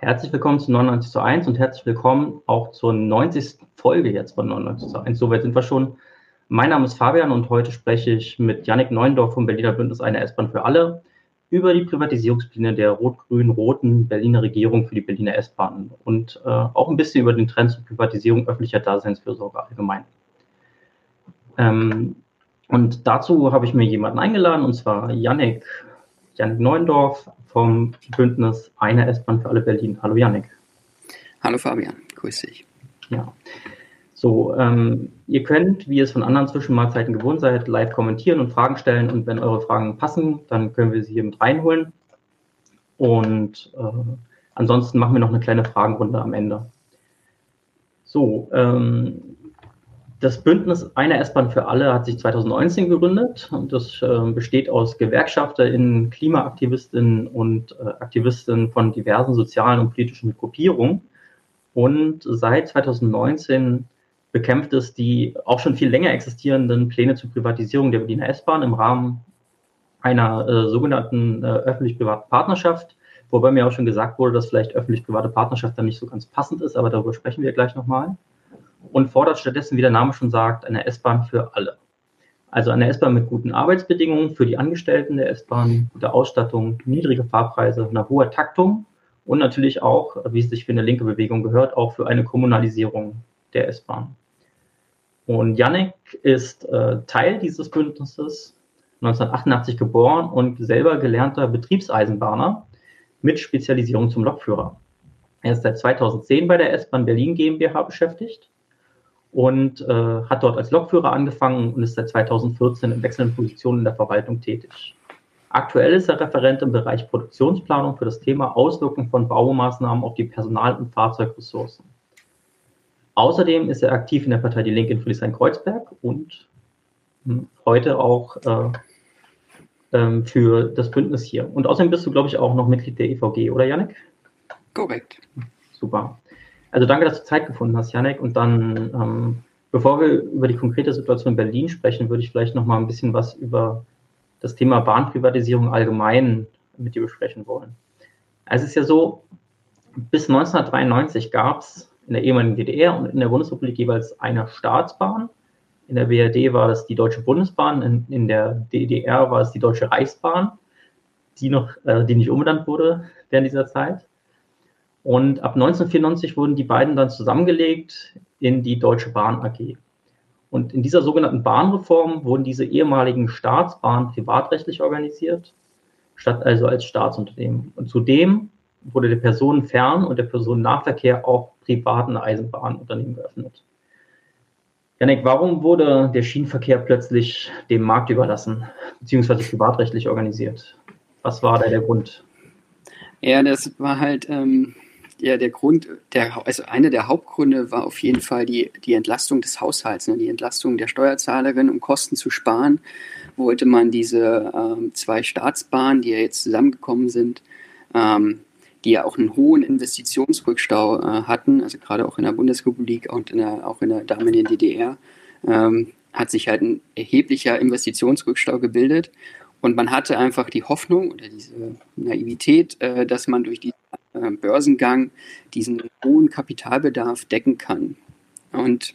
Herzlich willkommen zu 99:1 und herzlich willkommen auch zur 90. Folge jetzt von 99:1. Soweit sind wir schon. Mein Name ist Fabian und heute spreche ich mit Jannik Neuendorf vom Berliner Bündnis Eine S-Bahn für alle über die Privatisierungspläne der rot-grün-roten Berliner Regierung für die Berliner S-Bahn und auch ein bisschen über den Trend zur Privatisierung öffentlicher Daseinsfürsorge allgemein. Und dazu habe ich mir jemanden eingeladen, und zwar Jannik Neuendorf vom Bündnis Eine S-Bahn für alle Berlin. Hallo Jannik. Hallo Fabian, grüß dich. Ja, so, ihr könnt, wie ihr es von anderen Zwischenmahlzeiten gewohnt seid, live kommentieren und Fragen stellen, und wenn eure Fragen passen, dann können wir sie hier mit reinholen. Und ansonsten machen wir noch eine kleine Fragenrunde am Ende. So, das Bündnis Eine S-Bahn für alle hat sich 2019 gegründet und das besteht aus GewerkschafterInnen, KlimaaktivistInnen und Aktivistinnen von diversen sozialen und politischen Gruppierungen. Und seit 2019 bekämpft es die auch schon viel länger existierenden Pläne zur Privatisierung der Berliner S-Bahn im Rahmen einer sogenannten öffentlich-privaten Partnerschaft, wobei mir auch schon gesagt wurde, dass vielleicht öffentlich-private Partnerschaft dann nicht so ganz passend ist, aber darüber sprechen wir gleich nochmal. Und fordert stattdessen, wie der Name schon sagt, eine S-Bahn für alle. Also eine S-Bahn mit guten Arbeitsbedingungen für die Angestellten der S-Bahn, gute Ausstattung, niedrige Fahrpreise, eine hohe Taktung und natürlich auch, wie es sich für eine linke Bewegung gehört, auch für eine Kommunalisierung der S-Bahn. Und Jannik ist Teil dieses Bündnisses, 1988 geboren und selber gelernter Betriebseisenbahner mit Spezialisierung zum Lokführer. Er ist seit 2010 bei der S-Bahn Berlin GmbH beschäftigt und hat dort als Lokführer angefangen und ist seit 2014 in wechselnden Positionen in der Verwaltung tätig. Aktuell ist er Referent im Bereich Produktionsplanung für das Thema Auswirkungen von Baumaßnahmen auf die Personal- und Fahrzeugressourcen. Außerdem ist er aktiv in der Partei Die Linke in Friedrichshain-Kreuzberg und heute auch für das Bündnis hier. Und außerdem bist du, glaube ich, auch noch Mitglied der EVG, oder Jannik? Korrekt. Super. Also danke, dass du Zeit gefunden hast, Jannik. Und dann, bevor wir über die konkrete Situation in Berlin sprechen, würde ich vielleicht noch mal ein bisschen was über das Thema Bahnprivatisierung allgemein mit dir besprechen wollen. Also es ist ja so, bis 1993 gab es in der ehemaligen DDR und in der Bundesrepublik jeweils eine Staatsbahn. In der BRD war das die Deutsche Bundesbahn, in der DDR war es die Deutsche Reichsbahn, die nicht umbenannt wurde während dieser Zeit. Und ab 1994 wurden die beiden dann zusammengelegt in die Deutsche Bahn AG. Und in dieser sogenannten Bahnreform wurden diese ehemaligen Staatsbahnen privatrechtlich organisiert, statt also als Staatsunternehmen. Und zudem wurde der Personenfern- und der Personennahverkehr auch privaten Eisenbahnunternehmen geöffnet. Jannik, warum wurde der Schienenverkehr plötzlich dem Markt überlassen, beziehungsweise privatrechtlich organisiert? Was war da der Grund? Ja, das war halt der Grund, also einer der Hauptgründe war auf jeden Fall die Entlastung des Haushalts, die Entlastung der Steuerzahlerin, um Kosten zu sparen. Wollte man diese zwei Staatsbahnen, die ja jetzt zusammengekommen sind, die ja auch einen hohen Investitionsrückstau hatten, also gerade auch in der Bundesrepublik und auch in der damaligen DDR, hat sich halt ein erheblicher Investitionsrückstau gebildet. Und man hatte einfach die Hoffnung oder diese Naivität, dass man durch diesen Börsengang diesen hohen Kapitalbedarf decken kann. Und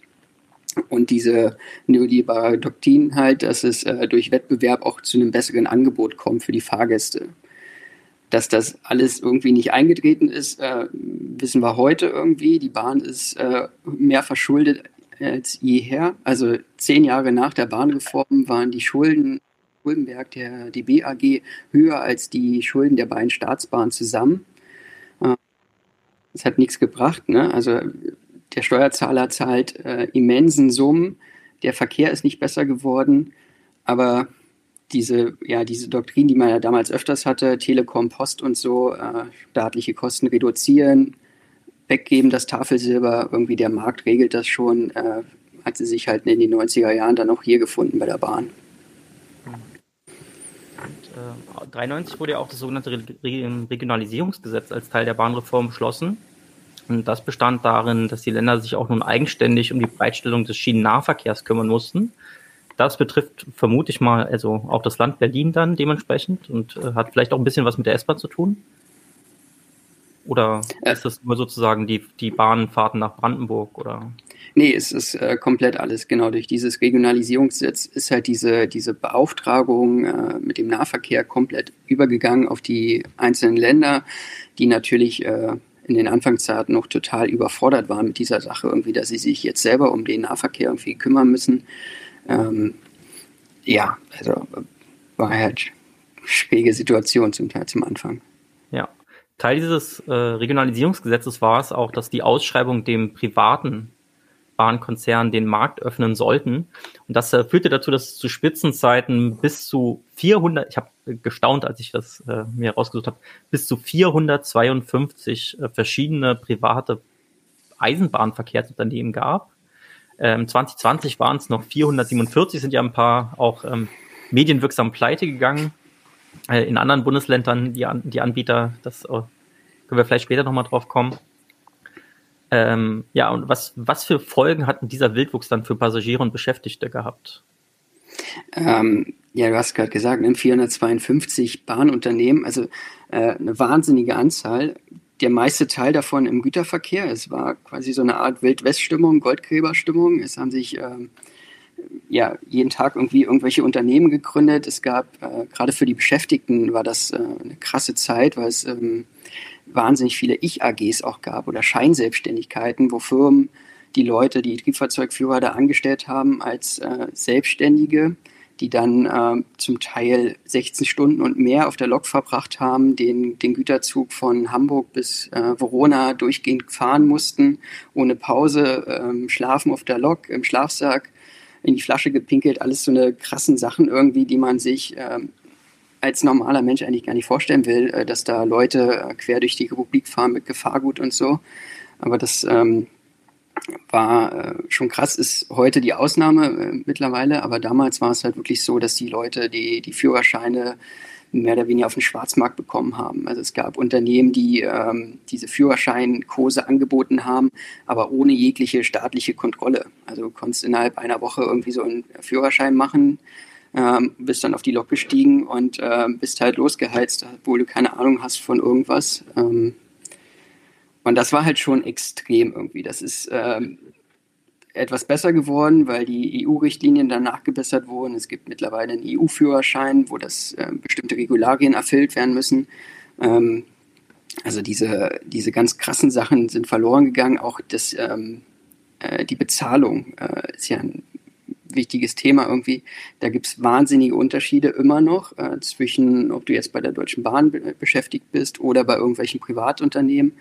diese neoliberale Doktrin halt, dass es durch Wettbewerb auch zu einem besseren Angebot kommt für die Fahrgäste. Dass das alles irgendwie nicht eingetreten ist, wissen wir heute irgendwie. Die Bahn ist mehr verschuldet als jeher. Also 10 Jahre nach der Bahnreform waren die Schuldenberg der DB AG höher als die Schulden der beiden Staatsbahnen zusammen. Das hat nichts gebracht, ne? Also der Steuerzahler zahlt immensen Summen, der Verkehr ist nicht besser geworden, aber diese Doktrin, die man ja damals öfters hatte, Telekom, Post und so, staatliche Kosten reduzieren, weggeben das Tafelsilber, irgendwie der Markt regelt das schon, hat sie sich halt in den 90er Jahren dann auch hier gefunden bei der Bahn. 1993 wurde ja auch das sogenannte Regionalisierungsgesetz als Teil der Bahnreform beschlossen. Und das bestand darin, dass die Länder sich auch nun eigenständig um die Bereitstellung des Schienennahverkehrs kümmern mussten. Das betrifft, vermute ich mal, also auch das Land Berlin dann dementsprechend und hat vielleicht auch ein bisschen was mit der S-Bahn zu tun. Oder ist das nur sozusagen die Bahnfahrten nach Brandenburg? Oder? Nee, es ist komplett alles. Genau, durch dieses Regionalisierungsgesetz ist halt diese Beauftragung mit dem Nahverkehr komplett übergegangen auf die einzelnen Länder, die natürlich in den Anfangszeiten noch total überfordert waren mit dieser Sache, irgendwie, dass sie sich jetzt selber um den Nahverkehr irgendwie kümmern müssen. Ja, also war halt schwierige Situation zum Teil zum Anfang. Ja, Teil dieses Regionalisierungsgesetzes war es auch, dass die Ausschreibung dem privaten Bahnkonzern den Markt öffnen sollten. Und das führte dazu, dass es zu Spitzenzeiten bis zu 400, ich habe gestaunt, als ich das mir rausgesucht habe, bis zu 452 verschiedene private Eisenbahnverkehrsunternehmen gab. 2020 waren es noch 447, sind ja ein paar auch medienwirksam pleite gegangen. In anderen Bundesländern, die Anbieter, das können wir vielleicht später nochmal drauf kommen. Ja, und was für Folgen hat dieser Wildwuchs dann für Passagiere und Beschäftigte gehabt? Ja, du hast gerade gesagt, 452 Bahnunternehmen, also eine wahnsinnige Anzahl. Der meiste Teil davon im Güterverkehr. Es war quasi so eine Art Wild-West-Stimmung, Goldgräberstimmung. Es haben sich ja jeden Tag irgendwie irgendwelche Unternehmen gegründet. Es gab, gerade für die Beschäftigten war das eine krasse Zeit, weil es wahnsinnig viele Ich-AGs auch gab oder Scheinselbstständigkeiten, wo Firmen die Leute, die Triebfahrzeugführer da angestellt haben als Selbstständige, die dann zum Teil 16 Stunden und mehr auf der Lok verbracht haben, den Güterzug von Hamburg bis Verona durchgehend fahren mussten, ohne Pause, schlafen auf der Lok, im Schlafsack, in die Flasche gepinkelt, alles so eine krassen Sachen irgendwie, die man sich als normaler Mensch eigentlich gar nicht vorstellen will, dass da Leute quer durch die Republik fahren mit Gefahrgut und so. Aber das war schon krass, ist heute die Ausnahme mittlerweile, aber damals war es halt wirklich so, dass die Leute die Führerscheine mehr oder weniger auf dem Schwarzmarkt bekommen haben. Also es gab Unternehmen, die diese Führerscheinkurse angeboten haben, aber ohne jegliche staatliche Kontrolle. Also du konntest innerhalb einer Woche irgendwie so einen Führerschein machen, bist dann auf die Lok gestiegen und bist halt losgeheizt, obwohl du keine Ahnung hast von irgendwas. Und das war halt schon extrem irgendwie. Das ist etwas besser geworden, weil die EU-Richtlinien dann nachgebessert wurden. Es gibt mittlerweile einen EU-Führerschein, wo das bestimmte Regularien erfüllt werden müssen. Also diese ganz krassen Sachen sind verloren gegangen. Auch die Bezahlung ist ja ein wichtiges Thema irgendwie. Da gibt es wahnsinnige Unterschiede immer noch zwischen, ob du jetzt bei der Deutschen Bahn beschäftigt bist oder bei irgendwelchen Privatunternehmen.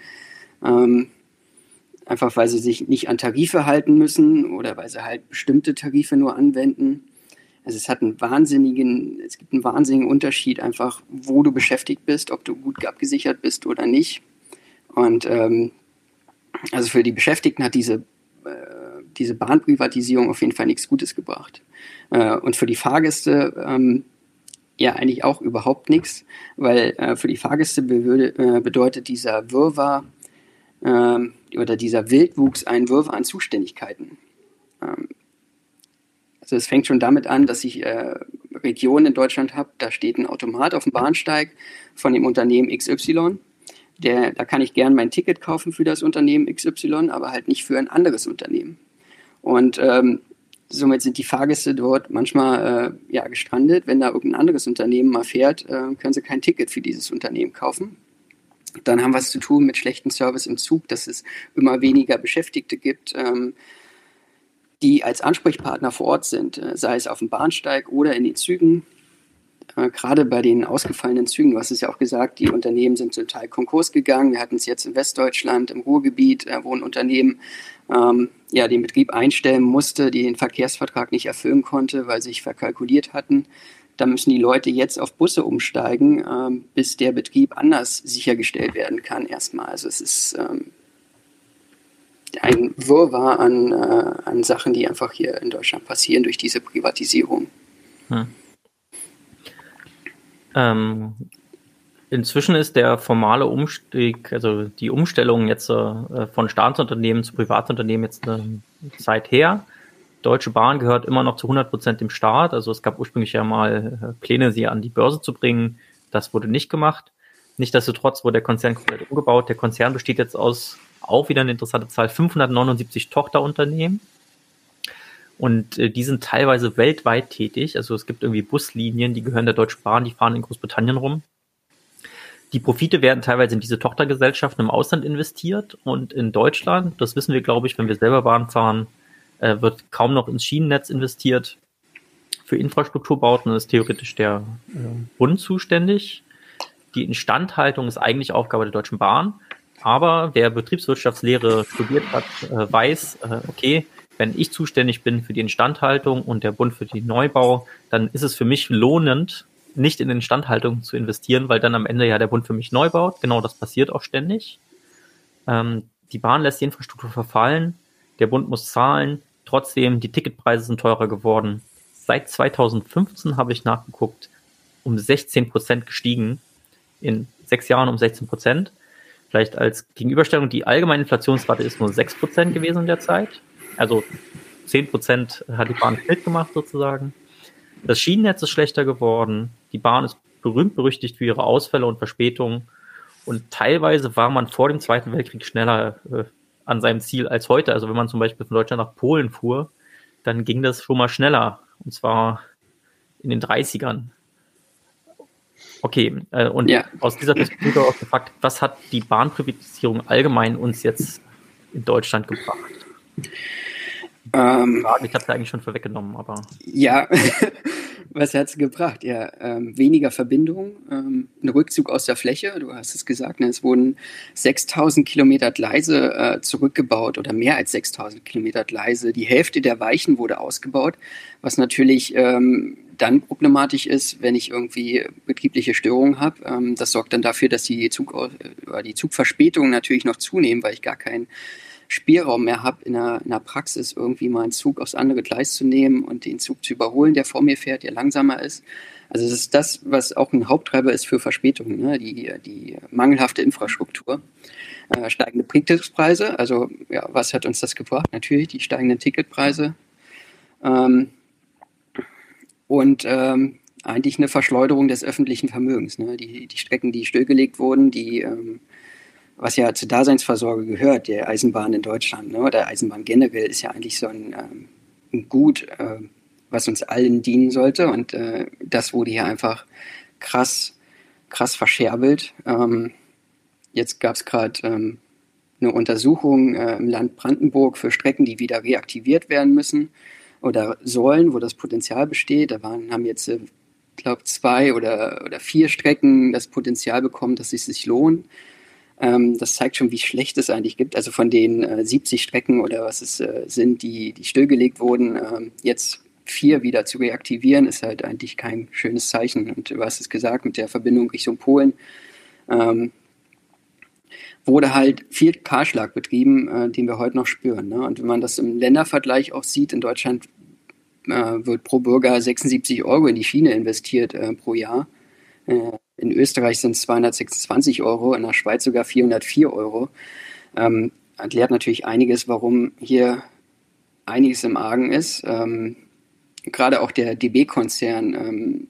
Einfach weil sie sich nicht an Tarife halten müssen oder weil sie halt bestimmte Tarife nur anwenden. Also es gibt einen wahnsinnigen Unterschied einfach, wo du beschäftigt bist, ob du gut abgesichert bist oder nicht. Und also für die Beschäftigten hat diese Bahnprivatisierung auf jeden Fall nichts Gutes gebracht. Und für die Fahrgäste ja eigentlich auch überhaupt nichts, weil für die Fahrgäste bedeutet dieser Wirrwarr oder dieser Wildwuchs ein Wirrwarr an Zuständigkeiten. Also es fängt schon damit an, dass ich Regionen in Deutschland habe, da steht ein Automat auf dem Bahnsteig von dem Unternehmen XY. Da kann ich gern mein Ticket kaufen für das Unternehmen XY, aber halt nicht für ein anderes Unternehmen. Und somit sind die Fahrgäste dort manchmal gestrandet. Wenn da irgendein anderes Unternehmen mal fährt, können sie kein Ticket für dieses Unternehmen kaufen. Dann haben wir es zu tun mit schlechtem Service im Zug, dass es immer weniger Beschäftigte gibt, die als Ansprechpartner vor Ort sind, sei es auf dem Bahnsteig oder in den Zügen. Gerade bei den ausgefallenen Zügen, du hast es ja auch gesagt, die Unternehmen sind zum Teil Konkurs gegangen. Wir hatten es jetzt in Westdeutschland, im Ruhrgebiet, wo ein Unternehmen den Betrieb einstellen musste, die den Verkehrsvertrag nicht erfüllen konnte, weil sie sich verkalkuliert hatten. Da müssen die Leute jetzt auf Busse umsteigen, bis der Betrieb anders sichergestellt werden kann erstmal. Also es ist ein Wirrwarr an Sachen, die einfach hier in Deutschland passieren durch diese Privatisierung. Inzwischen ist der formale Umstieg, also die Umstellung jetzt von Staatsunternehmen zu Privatunternehmen jetzt eine Zeit her. Deutsche Bahn gehört immer noch zu 100% dem Staat. Also es gab ursprünglich ja mal Pläne, sie an die Börse zu bringen. Das wurde nicht gemacht. Nichtsdestotrotz wurde der Konzern komplett umgebaut. Der Konzern besteht jetzt aus, auch wieder eine interessante Zahl, 579 Tochterunternehmen. Und die sind teilweise weltweit tätig. Also es gibt irgendwie Buslinien, die gehören der Deutschen Bahn, die fahren in Großbritannien rum. Die Profite werden teilweise in diese Tochtergesellschaften im Ausland investiert. Und in Deutschland, das wissen wir, glaube ich, wenn wir selber Bahn fahren, wird kaum noch ins Schienennetz investiert. Für Infrastrukturbauten ist theoretisch der Bund zuständig. Die Instandhaltung ist eigentlich Aufgabe der Deutschen Bahn. Aber wer Betriebswirtschaftslehre studiert hat, weiß, okay, wenn ich zuständig bin für die Instandhaltung und der Bund für den Neubau, dann ist es für mich lohnend, nicht in Instandhaltung zu investieren, weil dann am Ende ja der Bund für mich neu baut. Genau, das passiert auch ständig. Die Bahn lässt die Infrastruktur verfallen, der Bund muss zahlen, trotzdem, die Ticketpreise sind teurer geworden. Seit 2015 habe ich nachgeguckt, um 16% gestiegen, in 6 Jahren um 16%. Vielleicht als Gegenüberstellung, die allgemeine Inflationsrate ist nur 6% gewesen in der Zeit. Also 10% hat die Bahn mitgemacht sozusagen. Das Schienennetz ist schlechter geworden. Die Bahn ist berühmt-berüchtigt für ihre Ausfälle und Verspätungen. Und teilweise war man vor dem Zweiten Weltkrieg schneller an seinem Ziel als heute. Also wenn man zum Beispiel von Deutschland nach Polen fuhr, dann ging das schon mal schneller. Und zwar in den 30ern. Okay, und aus dieser Perspektive auch gefragt, was hat die Bahnprivatisierung allgemein uns jetzt in Deutschland gebracht? Ich habe es ja eigentlich schon vorweggenommen, aber... Ja, was hat es gebracht? Ja, weniger Verbindungen, ein Rückzug aus der Fläche, du hast es gesagt, ne? Es wurden 6.000 Kilometer Gleise zurückgebaut oder mehr als 6.000 Kilometer Gleise. Die Hälfte der Weichen wurde ausgebaut, was natürlich dann problematisch ist, wenn ich irgendwie betriebliche Störungen habe. Das sorgt dann dafür, dass die Zugverspätungen natürlich noch zunehmen, weil ich gar keinen Spielraum mehr habe, in einer Praxis irgendwie mal einen Zug aufs andere Gleis zu nehmen und den Zug zu überholen, der vor mir fährt, der langsamer ist. Also das ist das, was auch ein Haupttreiber ist für Verspätungen, ne? Die mangelhafte Infrastruktur. Steigende Ticketpreise, also ja, was hat uns das gebracht? Natürlich die steigenden Ticketpreise. Und eigentlich eine Verschleuderung des öffentlichen Vermögens. Ne? Die Strecken, die stillgelegt wurden, was ja zur Daseinsvorsorge gehört, der Eisenbahn in Deutschland, ne? Oder Eisenbahn generell ist ja eigentlich so ein Gut, was uns allen dienen sollte. Und das wurde hier einfach krass verscherbelt. Jetzt gab es gerade eine Untersuchung im Land Brandenburg für Strecken, die wieder reaktiviert werden müssen oder sollen, wo das Potenzial besteht. Da haben jetzt, ich glaube, 2 oder 4 Strecken das Potenzial bekommen, dass es sich lohnt. Das zeigt schon, wie schlecht es eigentlich gibt. Also von den 70 Strecken oder was es sind, die stillgelegt wurden, jetzt 4 wieder zu reaktivieren, ist halt eigentlich kein schönes Zeichen. Und du hast es gesagt, mit der Verbindung Richtung Polen wurde halt viel Kahlschlag betrieben, den wir heute noch spüren. Ne? Und wenn man das im Ländervergleich auch sieht, in Deutschland wird pro Bürger 76 € in die Schiene investiert pro Jahr. In Österreich sind es 226 €, in der Schweiz sogar 404 €. Erklärt natürlich einiges, warum hier einiges im Argen ist. Gerade auch der DB-Konzern,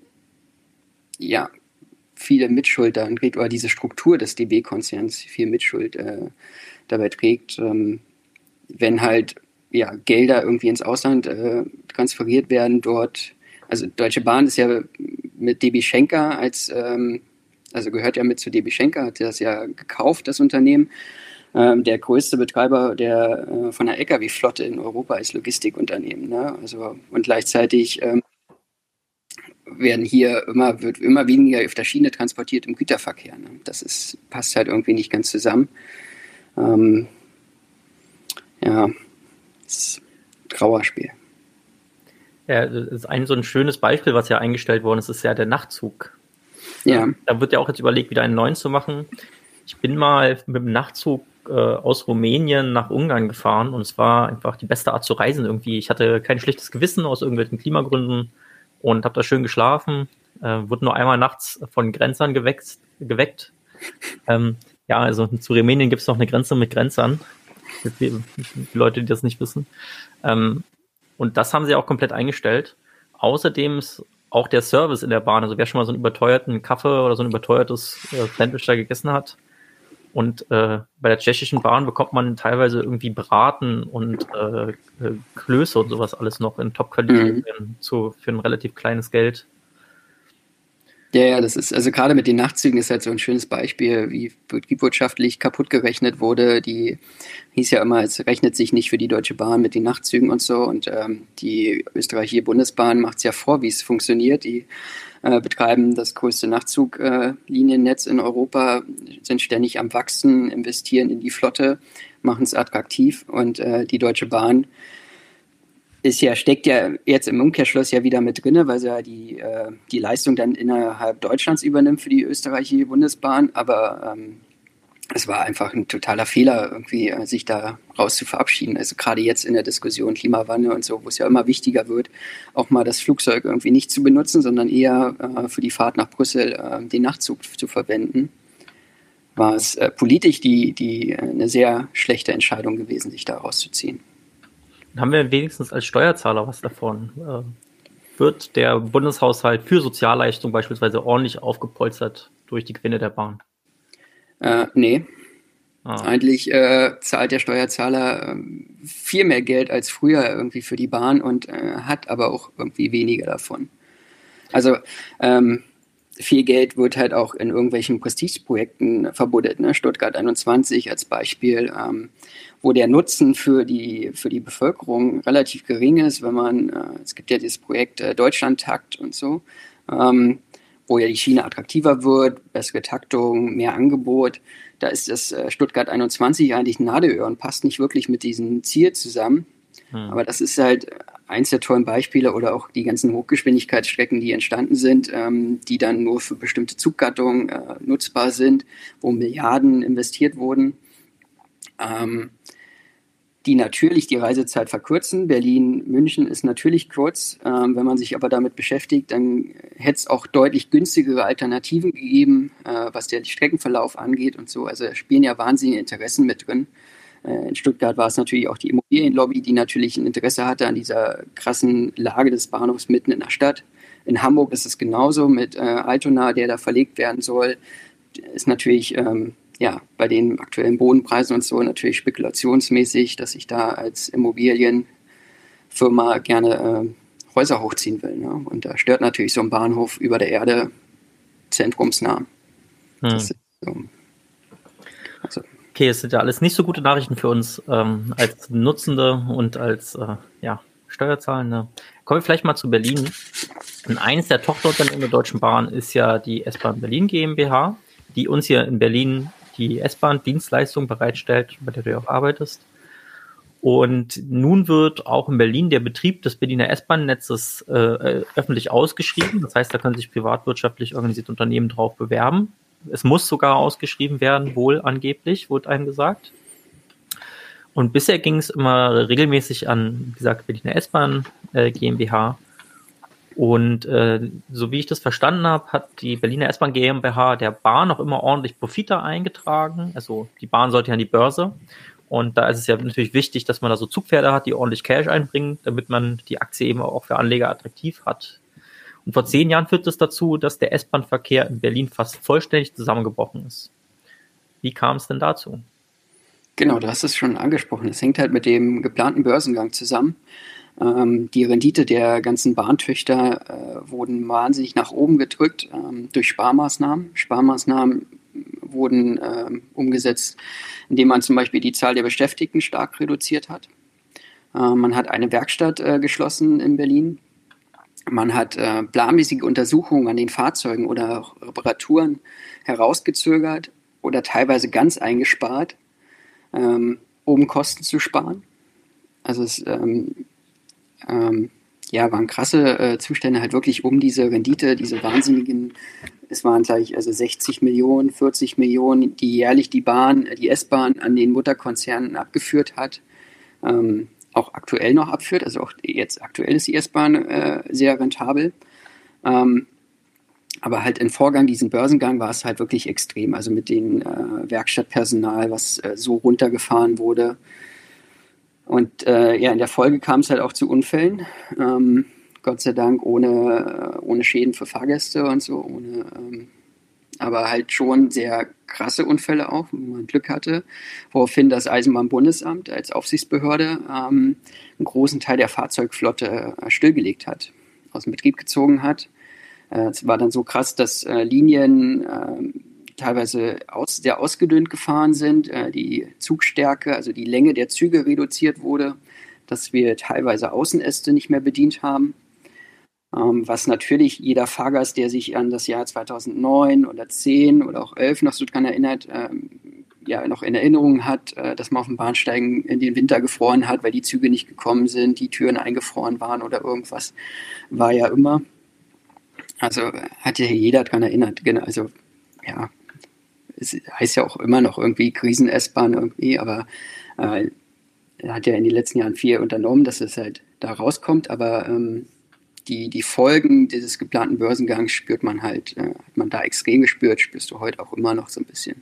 viele Mitschuld daran trägt, oder diese Struktur des DB-Konzerns viel Mitschuld dabei trägt, wenn halt Gelder irgendwie ins Ausland transferiert werden dort. Also Deutsche Bahn ist ja mit DB Schenker also gehört ja mit zu DB Schenker, hat das ja gekauft, das Unternehmen. Der größte Betreiber von der Lkw-Flotte in Europa ist Logistikunternehmen. Ne? Also, und gleichzeitig wird immer weniger auf der Schiene transportiert im Güterverkehr. Ne? Das passt halt irgendwie nicht ganz zusammen. Das ist ein Trauerspiel. Ja, das ist so ein schönes Beispiel, was ja eingestellt worden ist, ist ja der Nachtzug. Ja. Da wird ja auch jetzt überlegt, wieder einen neuen zu machen. Ich bin mal mit dem Nachtzug aus Rumänien nach Ungarn gefahren und es war einfach die beste Art zu reisen irgendwie. Ich hatte kein schlechtes Gewissen aus irgendwelchen Klimagründen und habe da schön geschlafen. Wurde nur einmal nachts von Grenzern geweckt. Also zu Rumänien gibt es noch eine Grenze mit Grenzern. Die Leute, die das nicht wissen. Und das haben sie auch komplett eingestellt. Außerdem ist auch der Service in der Bahn. Also wer schon mal so einen überteuerten Kaffee oder so ein überteuertes Sandwich da gegessen hat. Und bei der tschechischen Bahn bekommt man teilweise irgendwie Braten und Klöße und sowas alles noch in Top-Qualität für ein relativ kleines Geld. Ja, das ist, also gerade mit den Nachtzügen ist halt so ein schönes Beispiel, wie betriebswirtschaftlich kaputt gerechnet wurde. Die hieß ja immer, es rechnet sich nicht für die Deutsche Bahn mit den Nachtzügen und so. Und die österreichische Bundesbahn macht es ja vor, wie es funktioniert. Die betreiben das größte Nachtzugliniennetz in Europa, sind ständig am Wachsen, investieren in die Flotte, machen es attraktiv. Und die Deutsche Bahn steckt ja jetzt im Umkehrschluss ja wieder mit drin, weil sie ja die Leistung dann innerhalb Deutschlands übernimmt für die österreichische Bundesbahn. Aber es war einfach ein totaler Fehler, irgendwie sich da raus zu verabschieden. Also gerade jetzt in der Diskussion Klimawandel und so, wo es ja immer wichtiger wird, auch mal das Flugzeug irgendwie nicht zu benutzen, sondern eher für die Fahrt nach Brüssel den Nachtzug zu verwenden, war es politisch die eine sehr schlechte Entscheidung gewesen, sich da rauszuziehen. Haben wir wenigstens als Steuerzahler was davon? Wird der Bundeshaushalt für Sozialleistungen beispielsweise ordentlich aufgepolstert durch die Gewinne der Bahn? Nee. Eigentlich zahlt der Steuerzahler viel mehr Geld als früher irgendwie für die Bahn und hat aber auch irgendwie weniger davon. Also viel Geld wird halt auch in irgendwelchen Prestigeprojekten verbuddelt, ne? Stuttgart 21 als Beispiel, wo der Nutzen für die Bevölkerung relativ gering ist, wenn man, es gibt ja dieses Projekt Deutschlandtakt und so, wo ja die Schiene attraktiver wird, bessere Taktung, mehr Angebot. Da ist das Stuttgart 21 eigentlich ein Nadelöhr und passt nicht wirklich mit diesem Ziel zusammen. Aber das ist halt eins der tollen Beispiele oder auch die ganzen Hochgeschwindigkeitsstrecken, die entstanden sind, die dann nur für bestimmte Zuggattungen nutzbar sind, wo Milliarden investiert wurden, die natürlich die Reisezeit verkürzen. Berlin-München ist natürlich kurz. Wenn man sich aber damit beschäftigt, dann hätte es auch deutlich günstigere Alternativen gegeben, was der Streckenverlauf angeht und so. Also spielen ja wahnsinnige Interessen mit drin. In Stuttgart war es natürlich auch die Immobilienlobby, die natürlich ein Interesse hatte an dieser krassen Lage des Bahnhofs mitten in der Stadt. In Hamburg ist es genauso mit Altona, der da verlegt werden soll. Ist natürlich bei den aktuellen Bodenpreisen und so natürlich spekulationsmäßig, dass ich da als Immobilienfirma gerne Häuser hochziehen will. Ne? Und da stört natürlich so ein Bahnhof über der Erde zentrumsnah. Das ist so. Okay, es sind ja alles nicht so gute Nachrichten für uns als Nutzende und als Steuerzahlende. Kommen wir vielleicht mal zu Berlin. Und eines der Tochterunternehmen der Deutschen Bahn ist ja die S-Bahn Berlin GmbH, die uns hier in Berlin die S-Bahn-Dienstleistung bereitstellt, bei der du ja auch arbeitest. Und nun wird auch in Berlin der Betrieb des Berliner S-Bahn-Netzes öffentlich ausgeschrieben. Das heißt, da können sich privatwirtschaftlich organisierte Unternehmen drauf bewerben. Es muss sogar ausgeschrieben werden, wohl angeblich, wurde einem gesagt. Und bisher ging es immer regelmäßig an, wie gesagt, Berliner S-Bahn GmbH. Und so wie ich das verstanden habe, hat die Berliner S-Bahn GmbH der Bahn auch immer ordentlich Profite eingetragen. Also die Bahn sollte ja an die Börse. Und da ist es ja natürlich wichtig, dass man da so Zugpferde hat, die ordentlich Cash einbringen, damit man die Aktie eben auch für Anleger attraktiv hat. Und vor 10 Jahren führt es dazu, dass der S-Bahn-Verkehr in Berlin fast vollständig zusammengebrochen ist. Wie kam es denn dazu? Genau, du hast es schon angesprochen. Es hängt halt mit dem geplanten Börsengang zusammen. Die Rendite der ganzen Bahntöchter wurden wahnsinnig nach oben gedrückt durch Sparmaßnahmen. Sparmaßnahmen wurden umgesetzt, indem man zum Beispiel die Zahl der Beschäftigten stark reduziert hat. Man hat eine Werkstatt geschlossen in Berlin. Man hat planmäßige Untersuchungen an den Fahrzeugen oder auch Reparaturen herausgezögert oder teilweise ganz eingespart, um Kosten zu sparen. Also es waren krasse Zustände halt wirklich um diese Rendite, diese wahnsinnigen, es waren gleich 60 Millionen, 40 Millionen, die jährlich die S-Bahn an den Mutterkonzernen abgeführt hat. Auch aktuell noch abführt, also auch jetzt aktuell ist die S-Bahn sehr rentabel. Aber halt im Vorgang, diesen Börsengang, war es halt wirklich extrem. Also mit dem Werkstattpersonal, was so runtergefahren wurde. Und in der Folge kam es halt auch zu Unfällen. Gott sei Dank ohne Schäden für Fahrgäste und so, aber halt schon sehr krasse Unfälle auch, wo man Glück hatte, woraufhin das Eisenbahnbundesamt als Aufsichtsbehörde einen großen Teil der Fahrzeugflotte stillgelegt hat, aus dem Betrieb gezogen hat. Es war dann so krass, dass Linien teilweise sehr ausgedünnt gefahren sind, die Zugstärke, also die Länge der Züge reduziert wurde, dass wir teilweise Außenäste nicht mehr bedient haben. Was natürlich jeder Fahrgast, der sich an das Jahr 2009 oder 10 oder auch 11 noch so dran erinnert, noch in Erinnerung hat, dass man auf dem Bahnsteigen in den Winter gefroren hat, weil die Züge nicht gekommen sind, die Türen eingefroren waren oder irgendwas, war ja immer. Also hat ja jeder dran erinnert. Genau, also ja, es heißt ja auch immer noch irgendwie Krisen-S-Bahn irgendwie, aber hat ja in den letzten Jahren viel unternommen, dass es halt da rauskommt, aber die Folgen dieses geplanten Börsengangs spürt man halt, hat man da extrem gespürt, spürst du heute auch immer noch so ein bisschen.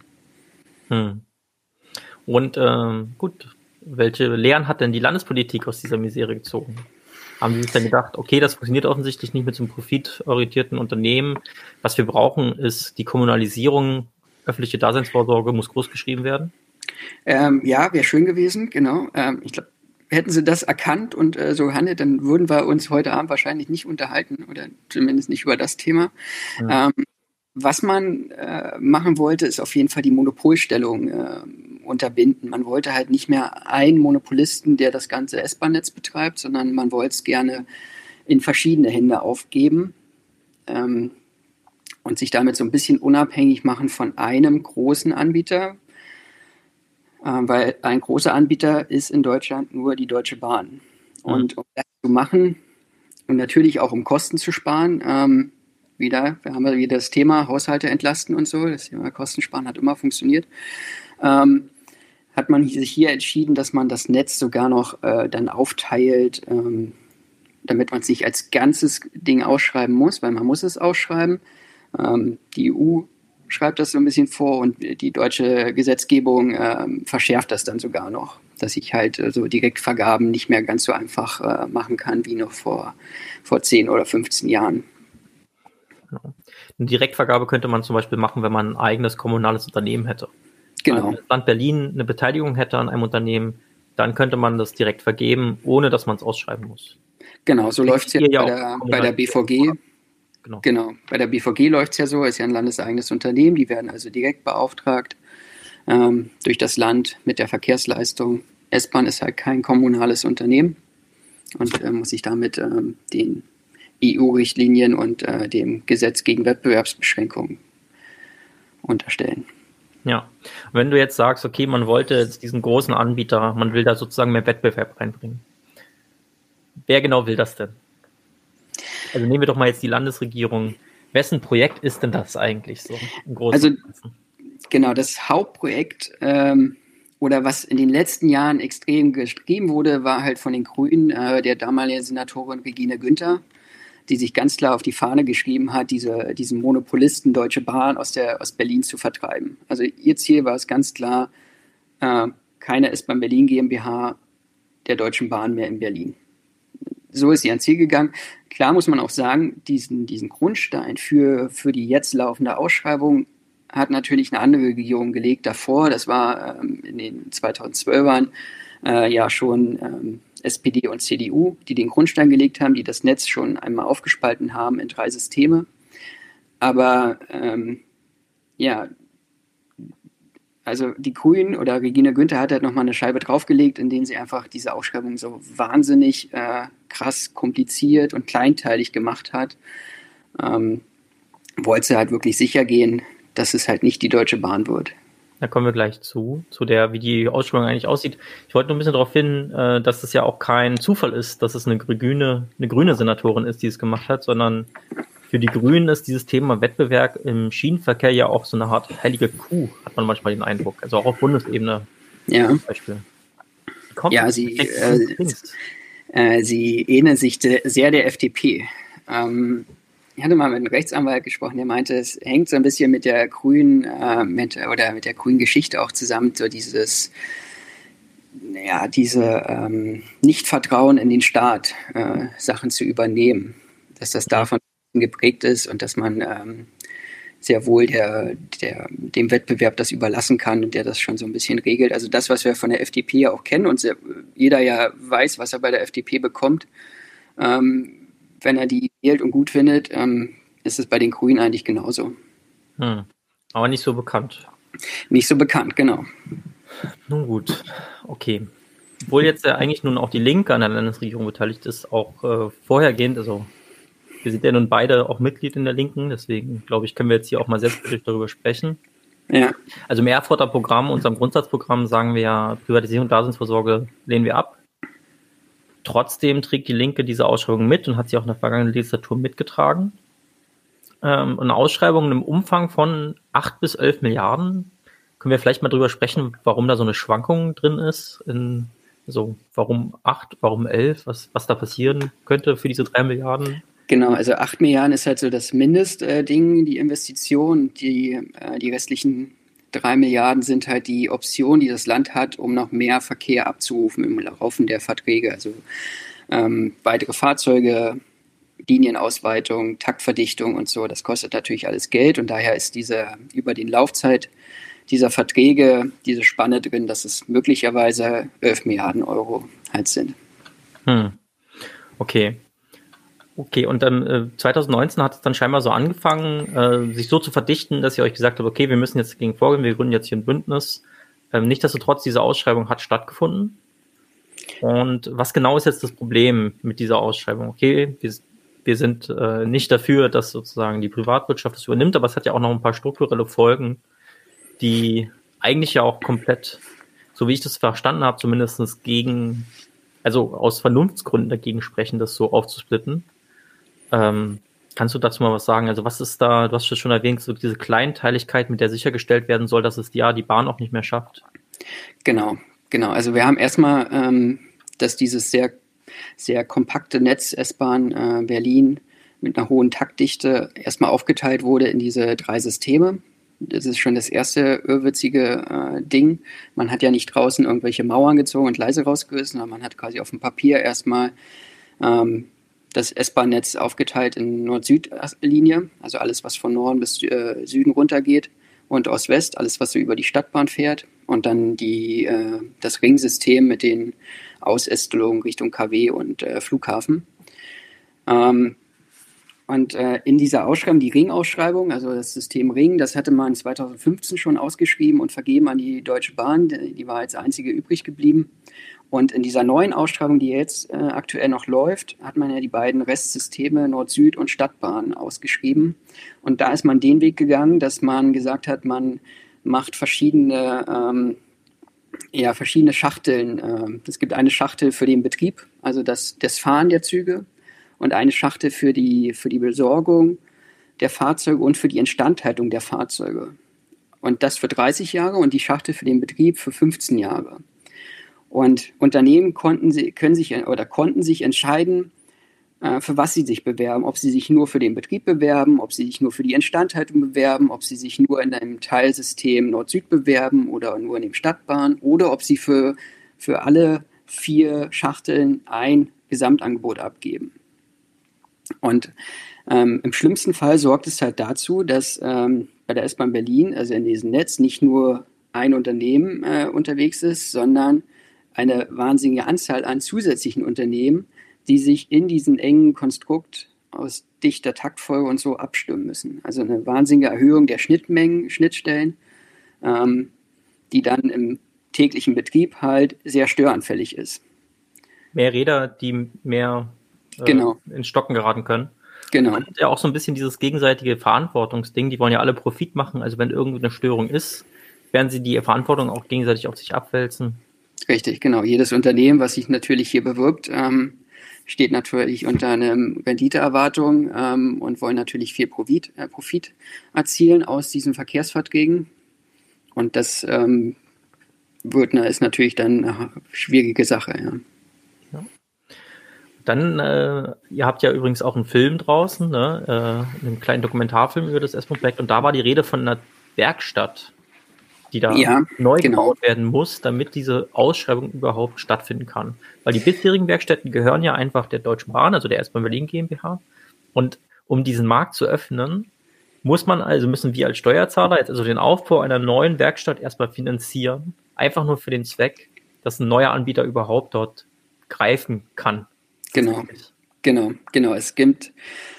Und gut, welche Lehren hat denn die Landespolitik aus dieser Misere gezogen? Haben Sie sich dann gedacht, okay, das funktioniert offensichtlich nicht mit so einem profitorientierten Unternehmen. Was wir brauchen, ist die Kommunalisierung, öffentliche Daseinsvorsorge muss groß geschrieben werden? Ja, wäre schön gewesen, genau. Ich glaube, hätten sie das erkannt und so gehandelt, dann würden wir uns heute Abend wahrscheinlich nicht unterhalten oder zumindest nicht über das Thema. Ja. Was man machen wollte, ist auf jeden Fall die Monopolstellung unterbinden. Man wollte halt nicht mehr einen Monopolisten, der das ganze S-Bahn-Netz betreibt, sondern man wollte es gerne in verschiedene Hände aufgeben und sich damit so ein bisschen unabhängig machen von einem großen Anbieter. Weil ein großer Anbieter ist in Deutschland nur die Deutsche Bahn. Und um das zu machen und natürlich auch um Kosten zu sparen, wir haben ja wieder das Thema Haushalte entlasten und so, das Thema Kostensparen hat immer funktioniert, hat man sich hier entschieden, dass man das Netz sogar noch dann aufteilt, damit man es nicht als ganzes Ding ausschreiben muss, weil man muss es ausschreiben. Die EU schreibt das so ein bisschen vor und die deutsche Gesetzgebung verschärft das dann sogar noch, dass ich halt so Direktvergaben nicht mehr ganz so einfach machen kann wie noch vor 10 oder 15 Jahren. Genau. Eine Direktvergabe könnte man zum Beispiel machen, wenn man ein eigenes kommunales Unternehmen hätte. Genau. Wenn das Land Berlin eine Beteiligung hätte an einem Unternehmen, dann könnte man das direkt vergeben, ohne dass man es ausschreiben muss. Genau, so läuft es ja bei der BVG. Genau, bei der BVG läuft es ja so, ist ja ein landeseigenes Unternehmen, die werden also direkt beauftragt durch das Land mit der Verkehrsleistung. S-Bahn ist halt kein kommunales Unternehmen und muss sich damit den EU-Richtlinien und dem Gesetz gegen Wettbewerbsbeschränkungen unterstellen. Ja, wenn du jetzt sagst, okay, man wollte jetzt diesen großen Anbieter, man will da sozusagen mehr Wettbewerb reinbringen. Wer genau will das denn? Also nehmen wir doch mal jetzt die Landesregierung. Wessen Projekt ist denn das eigentlich so? Genau, das Hauptprojekt oder was in den letzten Jahren extrem geschrieben wurde, war halt von den Grünen, der damaligen Senatorin Regine Günther, die sich ganz klar auf die Fahne geschrieben hat, diesen Monopolisten Deutsche Bahn aus Berlin zu vertreiben. Also ihr Ziel war es ganz klar, keine S-Bahn Berlin GmbH der Deutschen Bahn mehr in Berlin. So ist sie ans Ziel gegangen. Klar muss man auch sagen, diesen Grundstein für die jetzt laufende Ausschreibung hat natürlich eine andere Regierung gelegt davor. Das war in den 2012ern ja schon SPD und CDU, die den Grundstein gelegt haben, die das Netz schon einmal aufgespalten haben in 3 Systeme. Aber also die Grünen oder Regine Günther hat halt nochmal eine Scheibe draufgelegt, indem sie einfach diese Ausschreibung so wahnsinnig krass kompliziert und kleinteilig gemacht hat. Wollte sie halt wirklich sicher gehen, dass es halt nicht die Deutsche Bahn wird. Da kommen wir gleich zu der, wie die Ausschreibung eigentlich aussieht. Ich wollte nur ein bisschen darauf hin, dass es ja auch kein Zufall ist, dass es eine grüne Senatorin ist, die es gemacht hat, sondern für die Grünen ist dieses Thema Wettbewerb im Schienenverkehr ja auch so eine Art heilige Kuh, hat man manchmal den Eindruck. Also auch auf Bundesebene zum Beispiel. Ja, sie ähneln sich sehr der FDP. Ich hatte mal mit einem Rechtsanwalt gesprochen, der meinte, es hängt so ein bisschen mit der grünen mit der grünen Geschichte auch zusammen, so dieses diese Nichtvertrauen in den Staat, Sachen zu übernehmen, dass das davon geprägt ist und dass man sehr wohl dem Wettbewerb das überlassen kann und der das schon so ein bisschen regelt. Also das, was wir von der FDP ja auch kennen und jeder ja weiß, was er bei der FDP bekommt, wenn er die wählt und gut findet, ist es bei den Grünen eigentlich genauso. Aber nicht so bekannt. Nicht so bekannt, genau. Nun gut, okay. Obwohl jetzt ja eigentlich nun auch die Linke an der Landesregierung beteiligt ist, auch vorhergehend, also wir sind ja nun beide auch Mitglied in der Linken, deswegen glaube ich, können wir jetzt hier auch mal selbstkritisch darüber sprechen. Ja. Also im Erfurter Programm, unserem Grundsatzprogramm, sagen wir ja, Privatisierung und Daseinsvorsorge lehnen wir ab. Trotzdem trägt die Linke diese Ausschreibung mit und hat sie auch in der vergangenen Legislatur mitgetragen. Eine Ausschreibung im Umfang von 8 bis 11 Milliarden. Können wir vielleicht mal drüber sprechen, warum da so eine Schwankung drin ist? Also warum 8, warum 11? Was da passieren könnte für diese 3 Milliarden? Genau, also 8 Milliarden ist halt so das Mindestding, die Investition. Die restlichen 3 Milliarden sind halt die Option, die das Land hat, um noch mehr Verkehr abzurufen im Laufe der Verträge. Also weitere Fahrzeuge, Linienausweitung, Taktverdichtung und so. Das kostet natürlich alles Geld und daher ist über die Laufzeit dieser Verträge diese Spanne drin, dass es möglicherweise 11 Milliarden Euro halt sind. Okay, und dann 2019 hat es dann scheinbar so angefangen, sich so zu verdichten, dass ihr euch gesagt habt, okay, wir müssen jetzt dagegen vorgehen, wir gründen jetzt hier ein Bündnis. Nichtsdestotrotz, diese Ausschreibung hat stattgefunden. Und was genau ist jetzt das Problem mit dieser Ausschreibung? Okay, wir sind nicht dafür, dass sozusagen die Privatwirtschaft das übernimmt, aber es hat ja auch noch ein paar strukturelle Folgen, die eigentlich ja auch komplett, so wie ich das verstanden habe, zumindest also aus Vernunftsgründen dagegen sprechen, das so aufzusplitten. Kannst du dazu mal was sagen? Also was ist da, du hast es schon erwähnt, so diese Kleinteiligkeit, mit der sichergestellt werden soll, dass es die Bahn auch nicht mehr schafft? Genau. Also wir haben erstmal, dass dieses sehr, sehr kompakte Netz S-Bahn Berlin mit einer hohen Taktdichte erstmal aufgeteilt wurde in diese 3 Systeme. Das ist schon das erste irrwitzige Ding. Man hat ja nicht draußen irgendwelche Mauern gezogen und Gleise rausgerissen, sondern man hat quasi auf dem Papier erstmal das S-Bahn-Netz aufgeteilt in Nord-Süd-Linie, also alles, was von Norden bis Süden runtergeht, und Ost-West, alles, was so über die Stadtbahn fährt, und dann das Ringsystem mit den Ausästelungen Richtung KW und Flughafen. Und in dieser Ausschreibung, die Ringausschreibung, also das System Ring, das hatte man 2015 schon ausgeschrieben und vergeben an die Deutsche Bahn. Die war als einzige übrig geblieben. Und in dieser neuen Ausschreibung, die jetzt aktuell noch läuft, hat man ja die beiden Restsysteme Nord-Süd und Stadtbahn ausgeschrieben. Und da ist man den Weg gegangen, dass man gesagt hat, man macht verschiedene Schachteln. Es gibt eine Schachtel für den Betrieb, also das Fahren der Züge, und eine Schachtel für die Besorgung der Fahrzeuge und für die Instandhaltung der Fahrzeuge. Und das für 30 Jahre und die Schachtel für den Betrieb für 15 Jahre. Und Unternehmen konnten sich entscheiden, für was sie sich bewerben, ob sie sich nur für den Betrieb bewerben, ob sie sich nur für die Instandhaltung bewerben, ob sie sich nur in einem Teilsystem Nord-Süd bewerben oder nur in dem Stadtbahn oder ob sie für alle 4 Schachteln ein Gesamtangebot abgeben. Und im schlimmsten Fall sorgt es halt dazu, dass bei der S-Bahn Berlin, also in diesem Netz, nicht nur ein Unternehmen unterwegs ist, sondern eine wahnsinnige Anzahl an zusätzlichen Unternehmen, die sich in diesem engen Konstrukt aus dichter Taktfolge und so abstimmen müssen. Also eine wahnsinnige Erhöhung der Schnittstellen, die dann im täglichen Betrieb halt sehr störanfällig ist. Mehr Räder, die mehr ins Stocken geraten können. Genau. Man hat ja auch so ein bisschen dieses gegenseitige Verantwortungsding, die wollen ja alle Profit machen, also wenn irgendeine Störung ist, werden sie die Verantwortung auch gegenseitig auf sich abwälzen. Richtig, genau. Jedes Unternehmen, was sich natürlich hier bewirbt, steht natürlich unter einer Renditeerwartung und wollen natürlich viel Profit erzielen aus diesen Verkehrsverträgen. Und das ist natürlich dann eine schwierige Sache, ja. Dann, ihr habt ja übrigens auch einen Film draußen, ne? Einen kleinen Dokumentarfilm über das S-Bahn-Projekt, und da war die Rede von einer Werkstatt. die da neu gebaut werden muss, damit diese Ausschreibung überhaupt stattfinden kann. Weil die bisherigen Werkstätten gehören ja einfach der Deutschen Bahn, also der S-Bahn Berlin GmbH. Und um diesen Markt zu öffnen, müssen wir als Steuerzahler jetzt also den Aufbau einer neuen Werkstatt erstmal finanzieren, einfach nur für den Zweck, dass ein neuer Anbieter überhaupt dort greifen kann. Genau. Es gibt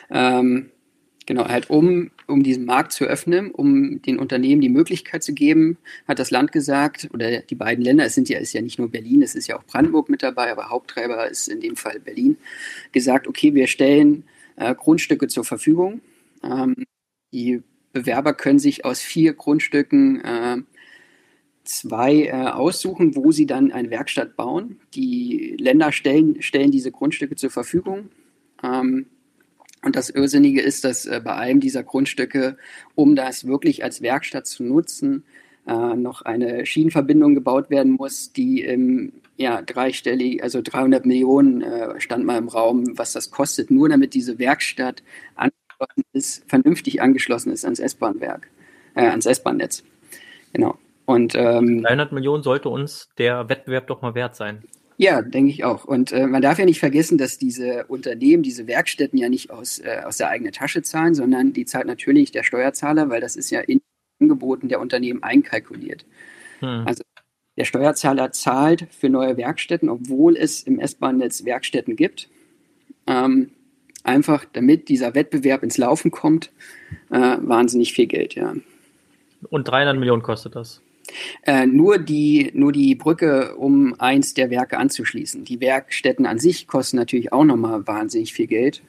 halt um diesen Markt zu öffnen, um den Unternehmen die Möglichkeit zu geben, hat das Land gesagt, oder die beiden Länder, ist ja nicht nur Berlin, es ist ja auch Brandenburg mit dabei, aber Haupttreiber ist in dem Fall Berlin, gesagt, okay, wir stellen Grundstücke zur Verfügung. Die Bewerber können sich aus 4 Grundstücken 2 aussuchen, wo sie dann eine Werkstatt bauen. Die Länder stellen diese Grundstücke zur Verfügung. Und das Irrsinnige ist, dass bei einem dieser Grundstücke, um das wirklich als Werkstatt zu nutzen, noch eine Schienenverbindung gebaut werden muss, die dreistellig, also 300 Millionen stand mal im Raum, was das kostet, nur damit diese Werkstatt vernünftig angeschlossen ist ans S-Bahn-Werk, ans S-Bahn-Netz. Genau. Und 300 Millionen sollte uns der Wettbewerb doch mal wert sein. Ja, denke ich auch. Und man darf ja nicht vergessen, dass diese Unternehmen, diese Werkstätten ja nicht aus der eigenen Tasche zahlen, sondern die zahlt natürlich der Steuerzahler, weil das ist ja in Angeboten der Unternehmen einkalkuliert. Also der Steuerzahler zahlt für neue Werkstätten, obwohl es im S-Bahn-Netz Werkstätten gibt. Einfach damit dieser Wettbewerb ins Laufen kommt, wahnsinnig viel Geld, ja. Und 300 Millionen kostet das? Nur die Brücke, um eins der Werke anzuschließen. Die Werkstätten an sich kosten natürlich auch nochmal wahnsinnig viel Geld,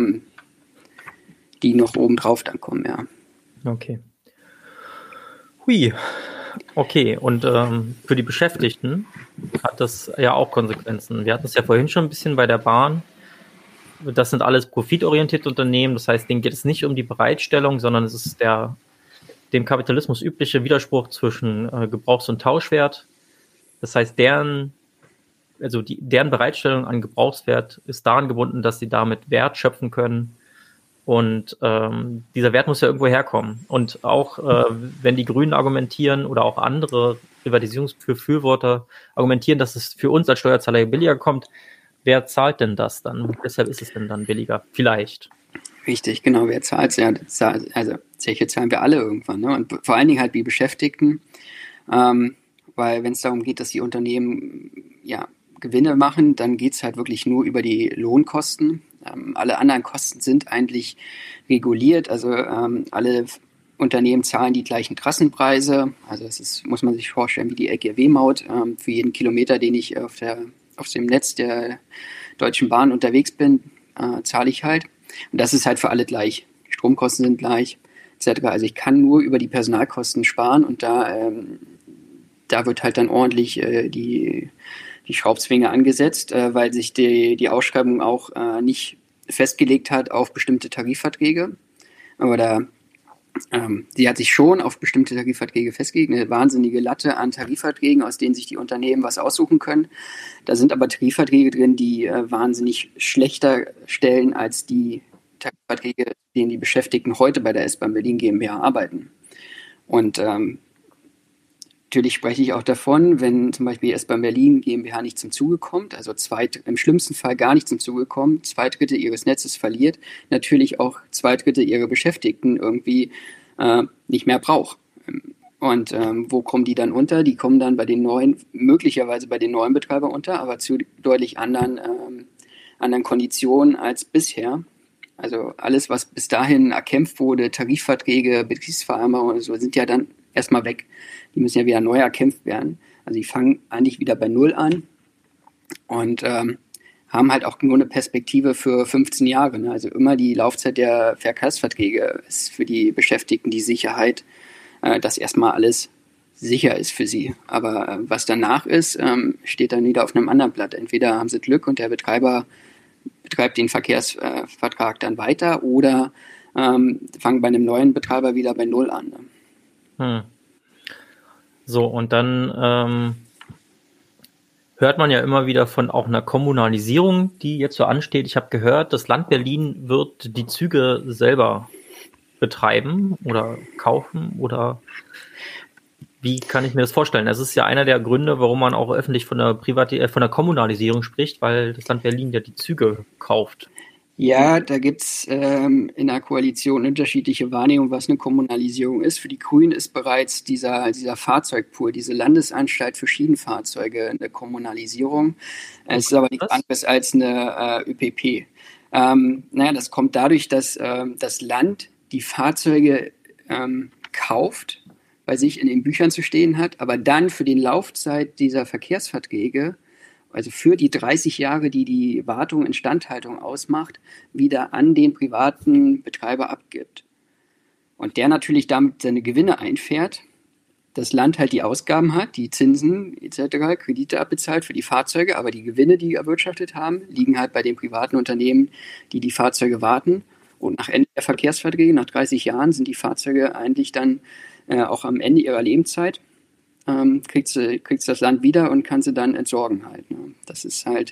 die noch obendrauf dann kommen, ja. Okay. Hui. Okay, und für die Beschäftigten hat das ja auch Konsequenzen. Wir hatten es ja vorhin schon ein bisschen bei der Bahn. Das sind alles profitorientierte Unternehmen, das heißt, denen geht es nicht um die Bereitstellung, sondern es ist dem Kapitalismus übliche Widerspruch zwischen Gebrauchs- und Tauschwert. Das heißt, deren Bereitstellung an Gebrauchswert ist daran gebunden, dass sie damit Wert schöpfen können. Und dieser Wert muss ja irgendwo herkommen. Und auch wenn die Grünen argumentieren oder auch andere Privatisierungsbefürworter argumentieren, dass es für uns als Steuerzahler billiger kommt, wer zahlt denn das dann? Weshalb ist es denn dann billiger? Vielleicht. Richtig, genau. Wer zahlt es? Ja, also Zeche zahlen wir alle irgendwann. Ne? Und vor allen Dingen halt die Beschäftigten. Weil wenn es darum geht, dass die Unternehmen Gewinne machen, dann geht es halt wirklich nur über die Lohnkosten. Alle anderen Kosten sind eigentlich reguliert. Also alle Unternehmen zahlen die gleichen Trassenpreise. Also muss man sich vorstellen, wie die LKW-Maut. Für jeden Kilometer, den ich auf dem Netz der Deutschen Bahn unterwegs bin, zahle ich halt. Und das ist halt für alle gleich. Die Stromkosten sind gleich, etc. Also ich kann nur über die Personalkosten sparen und da wird halt dann ordentlich die Schraubzwinge angesetzt, weil sich die Ausschreibung auch nicht festgelegt hat auf bestimmte Tarifverträge. Oder sie hat sich schon auf bestimmte Tarifverträge festgelegt, eine wahnsinnige Latte an Tarifverträgen, aus denen sich die Unternehmen was aussuchen können. Da sind aber Tarifverträge drin, die wahnsinnig schlechter stellen als die Tarifverträge, denen die Beschäftigten heute bei der S-Bahn Berlin GmbH arbeiten. Und natürlich spreche ich auch davon, wenn zum Beispiel S-Bahn Berlin GmbH nicht zum Zuge kommt, also im schlimmsten Fall gar nicht zum Zuge kommt, 2/3 ihres Netzes verliert, natürlich auch 2/3 ihrer Beschäftigten irgendwie nicht mehr braucht. Und wo kommen die dann unter? Die kommen dann möglicherweise bei den neuen Betreibern unter, aber zu deutlich anderen Konditionen als bisher. Also alles, was bis dahin erkämpft wurde, Tarifverträge, Betriebsvereinbarungen oder so, sind ja dann erstmal weg. Die müssen ja wieder neu erkämpft werden. Also die fangen eigentlich wieder bei Null an und haben halt auch nur eine Perspektive für 15 Jahre. Ne? Also immer die Laufzeit der Verkehrsverträge ist für die Beschäftigten die Sicherheit, dass erstmal alles sicher ist für sie. Aber was danach ist, steht dann wieder auf einem anderen Blatt. Entweder haben sie Glück und der Betreiber betreibt den Verkehrsvertrag dann weiter oder fangen bei einem neuen Betreiber wieder bei Null an. Ne? So, und dann hört man ja immer wieder von auch einer Kommunalisierung, die jetzt so ansteht. Ich habe gehört, das Land Berlin wird die Züge selber betreiben oder kaufen oder Wie kann ich mir das vorstellen? Das ist ja einer der Gründe, warum man auch öffentlich von der Kommunalisierung spricht, weil das Land Berlin ja die Züge kauft. Ja, da gibt's in der Koalition unterschiedliche Wahrnehmungen, was eine Kommunalisierung ist. Für die Grünen ist bereits dieser Fahrzeugpool, diese Landesanstalt für Schienenfahrzeuge eine Kommunalisierung. Es ist aber nichts anderes als eine ÖPP. Das kommt dadurch, dass das Land die Fahrzeuge kauft, bei sich in den Büchern zu stehen hat, aber dann für die Laufzeit dieser Verkehrsverträge, also für die 30 Jahre, die die Wartung, Instandhaltung ausmacht, wieder an den privaten Betreiber abgibt. Und der natürlich damit seine Gewinne einfährt, das Land halt die Ausgaben hat, die Zinsen etc., Kredite abbezahlt für die Fahrzeuge, aber die Gewinne, die erwirtschaftet haben, liegen halt bei den privaten Unternehmen, die die Fahrzeuge warten. Und nach Ende der Verkehrsverträge, nach 30 Jahren, sind die Fahrzeuge eigentlich dann auch am Ende ihrer Lebenszeit, kriegst das Land wieder und kann sie dann entsorgen halt. Ne? Das ist halt,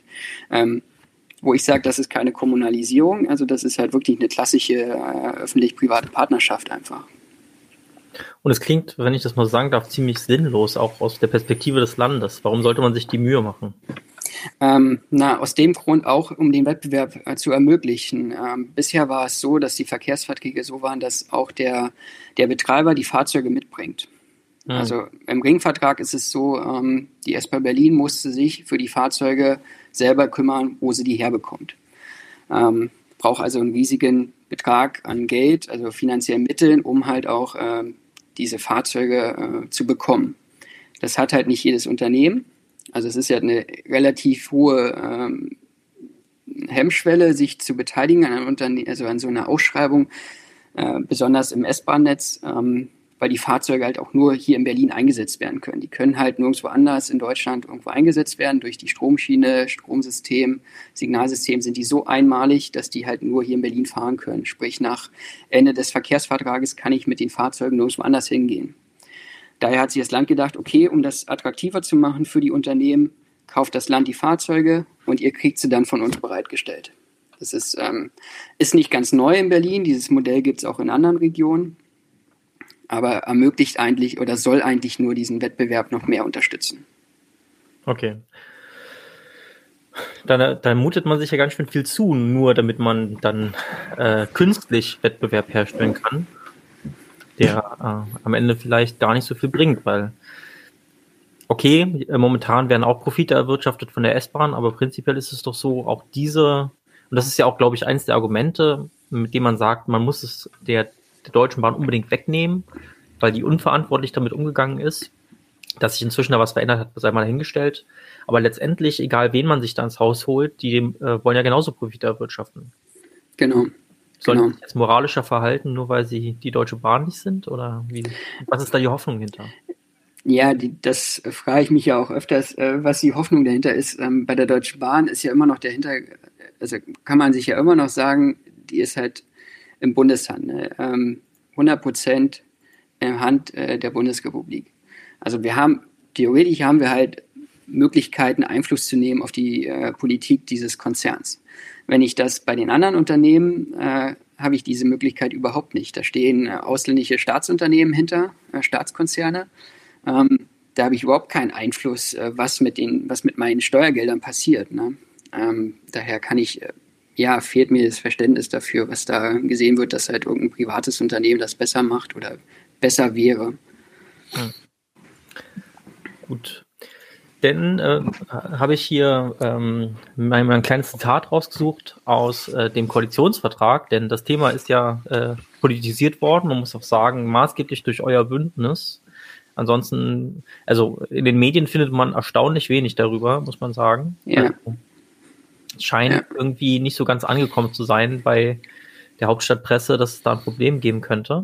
wo ich sage, das ist keine Kommunalisierung, also das ist halt wirklich eine klassische öffentlich-private Partnerschaft einfach. Und es klingt, wenn ich das mal sagen darf, ziemlich sinnlos, auch aus der Perspektive des Landes. Warum sollte man sich die Mühe machen? Aus dem Grund auch, um den Wettbewerb zu ermöglichen. Bisher war es so, dass die Verkehrsverträge so waren, dass auch der Betreiber die Fahrzeuge mitbringt. Also im Ringvertrag ist es so, die S-Bahn Berlin musste sich für die Fahrzeuge selber kümmern, wo sie die herbekommt. Braucht also einen riesigen Betrag an Geld, also finanziellen Mitteln, um halt auch diese Fahrzeuge zu bekommen. Das hat halt nicht jedes Unternehmen. Also es ist ja eine relativ hohe Hemmschwelle, sich zu beteiligen an einem Unternehmen, also an so einer Ausschreibung, besonders im S-Bahn-Netz, weil die Fahrzeuge halt auch nur hier in Berlin eingesetzt werden können. Die können halt nirgendwo anders in Deutschland irgendwo eingesetzt werden. Durch die Stromschiene, Stromsystem, Signalsystem sind die so einmalig, dass die halt nur hier in Berlin fahren können. Sprich, nach Ende des Verkehrsvertrages kann ich mit den Fahrzeugen nirgendwo anders hingehen. Daher hat sich das Land gedacht, okay, um das attraktiver zu machen für die Unternehmen, kauft das Land die Fahrzeuge und ihr kriegt sie dann von uns bereitgestellt. Das ist nicht ganz neu in Berlin, dieses Modell gibt es auch in anderen Regionen, aber ermöglicht eigentlich oder soll eigentlich nur diesen Wettbewerb noch mehr unterstützen. Okay. Dann mutet man sich ja ganz schön viel zu, nur damit man dann künstlich Wettbewerb herstellen kann, der am Ende vielleicht gar nicht so viel bringt, weil momentan werden auch Profite erwirtschaftet von der S-Bahn, aber prinzipiell ist es doch so, auch diese, und das ist ja auch, glaube ich, eines der Argumente, mit dem man sagt, man muss es der Deutschen Bahn unbedingt wegnehmen, weil die unverantwortlich damit umgegangen ist, dass sich inzwischen da was verändert hat, sei mal dahingestellt, aber letztendlich, egal wen man sich da ins Haus holt, die wollen ja genauso Profite erwirtschaften. Genau. Sollen die sich jetzt moralischer verhalten, nur weil sie die Deutsche Bahn nicht sind? Oder wie? Was ist da die Hoffnung hinter? Ja, das frage ich mich ja auch öfters, was die Hoffnung dahinter ist. Bei der Deutschen Bahn ist ja immer noch also kann man sich ja immer noch sagen, die ist halt im Bundeshand, ne? 100% in Hand der Bundesrepublik. Also theoretisch haben wir halt Möglichkeiten, Einfluss zu nehmen auf die Politik dieses Konzerns. Wenn ich das bei den anderen Unternehmen, habe ich diese Möglichkeit überhaupt nicht. Da stehen ausländische Staatsunternehmen hinter, Staatskonzerne. Da habe ich überhaupt keinen Einfluss, was mit meinen Steuergeldern passiert. Ne? Daher fehlt mir das Verständnis dafür, was da gesehen wird, dass halt irgendein privates Unternehmen das besser macht oder besser wäre. Gut. Dann habe ich hier ein kleines Zitat rausgesucht aus dem Koalitionsvertrag, denn das Thema ist ja politisiert worden. Man muss auch sagen, maßgeblich durch euer Bündnis. Ansonsten, also in den Medien findet man erstaunlich wenig darüber, muss man sagen. Ja. Also, es scheint irgendwie nicht so ganz angekommen zu sein bei der Hauptstadtpresse, dass es da ein Problem geben könnte.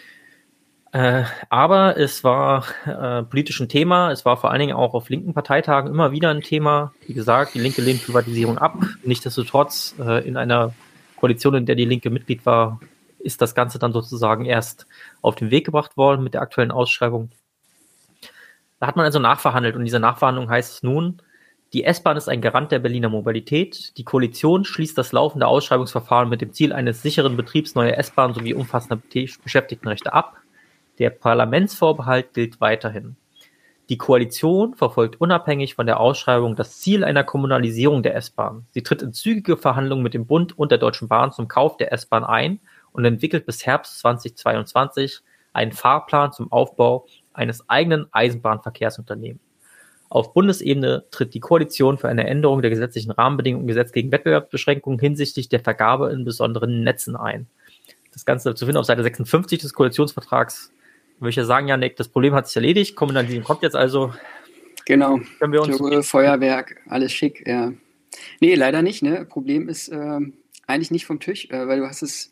Aber es war politisch ein Thema. Es war vor allen Dingen auch auf linken Parteitagen immer wieder ein Thema. Wie gesagt, die Linke lehnt Privatisierung ab. Nichtsdestotrotz in einer Koalition, in der die Linke Mitglied war, ist das Ganze dann sozusagen erst auf den Weg gebracht worden mit der aktuellen Ausschreibung. Da hat man also nachverhandelt und in dieser Nachverhandlung heißt es nun, die S-Bahn ist ein Garant der Berliner Mobilität. Die Koalition schließt das laufende Ausschreibungsverfahren mit dem Ziel eines sicheren Betriebs neuer S-Bahn sowie umfassender Beschäftigtenrechte ab. Der Parlamentsvorbehalt gilt weiterhin. Die Koalition verfolgt unabhängig von der Ausschreibung das Ziel einer Kommunalisierung der S-Bahn. Sie tritt in zügige Verhandlungen mit dem Bund und der Deutschen Bahn zum Kauf der S-Bahn ein und entwickelt bis Herbst 2022 einen Fahrplan zum Aufbau eines eigenen Eisenbahnverkehrsunternehmens. Auf Bundesebene tritt die Koalition für eine Änderung der gesetzlichen Rahmenbedingungen im Gesetz gegen Wettbewerbsbeschränkungen hinsichtlich der Vergabe in besonderen Netzen ein. Das Ganze zu finden auf Seite 56 des Koalitionsvertrags. Würde ich ja sagen, Janik, das Problem hat sich erledigt. Kommunalisierung kommt jetzt also. Genau. Können wir uns Feuerwerk, alles schick, ja. Nee, leider nicht, ne? Problem ist eigentlich nicht vom Tisch, weil du hast es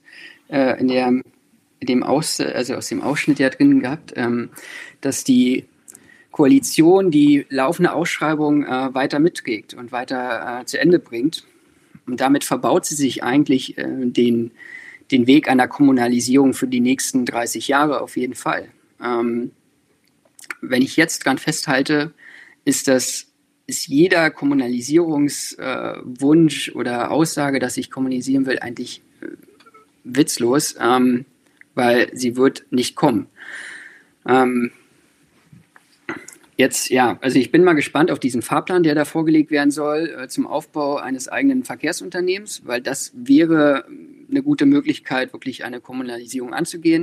aus dem Ausschnitt ja drin gehabt, dass die Koalition die laufende Ausschreibung weiter mitträgt und weiter zu Ende bringt. Und damit verbaut sie sich eigentlich den Weg einer Kommunalisierung für die nächsten 30 Jahre auf jeden Fall. Wenn ich jetzt dran festhalte, ist jeder Kommunalisierungswunsch oder Aussage, dass ich kommunalisieren will, eigentlich witzlos, weil sie wird nicht kommen. Jetzt, ja, also ich bin mal gespannt auf diesen Fahrplan, der da vorgelegt werden soll zum Aufbau eines eigenen Verkehrsunternehmens, weil das wäre eine gute Möglichkeit, wirklich eine Kommunalisierung anzugehen.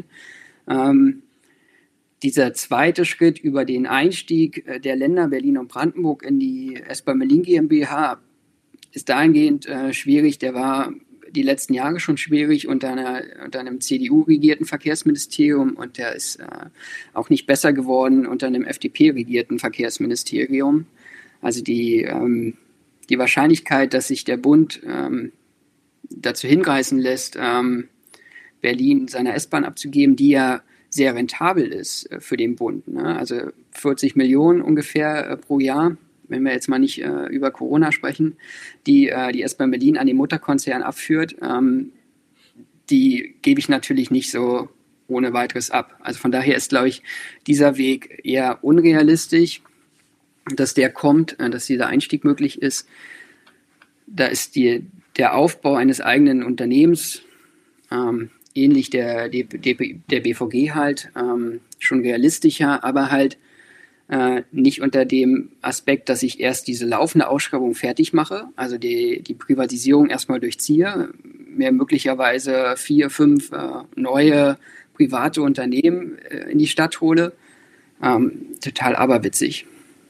Dieser zweite Schritt über den Einstieg der Länder Berlin und Brandenburg in die S-Bahn Berlin GmbH ist dahingehend schwierig. Der war die letzten Jahre schon schwierig unter einem CDU-regierten Verkehrsministerium und der ist auch nicht besser geworden unter einem FDP-regierten Verkehrsministerium. Also die Wahrscheinlichkeit, dass sich der Bund dazu hinreißen lässt, Berlin seiner S-Bahn abzugeben, die ja sehr rentabel ist für den Bund. Ne? Also 40 Millionen ungefähr pro Jahr, wenn wir jetzt mal nicht über Corona sprechen, die S-Bahn Berlin an den Mutterkonzern abführt, die gebe ich natürlich nicht so ohne weiteres ab. Also von daher ist, glaube ich, dieser Weg eher unrealistisch, dass der kommt, dass dieser Einstieg möglich ist. Da ist der Aufbau eines eigenen Unternehmens, ähnlich der BVG halt, schon realistischer, aber halt nicht unter dem Aspekt, dass ich erst diese laufende Ausschreibung fertig mache, also die Privatisierung erstmal durchziehe, mir möglicherweise 4, 5 neue private Unternehmen in die Stadt hole. Total aberwitzig.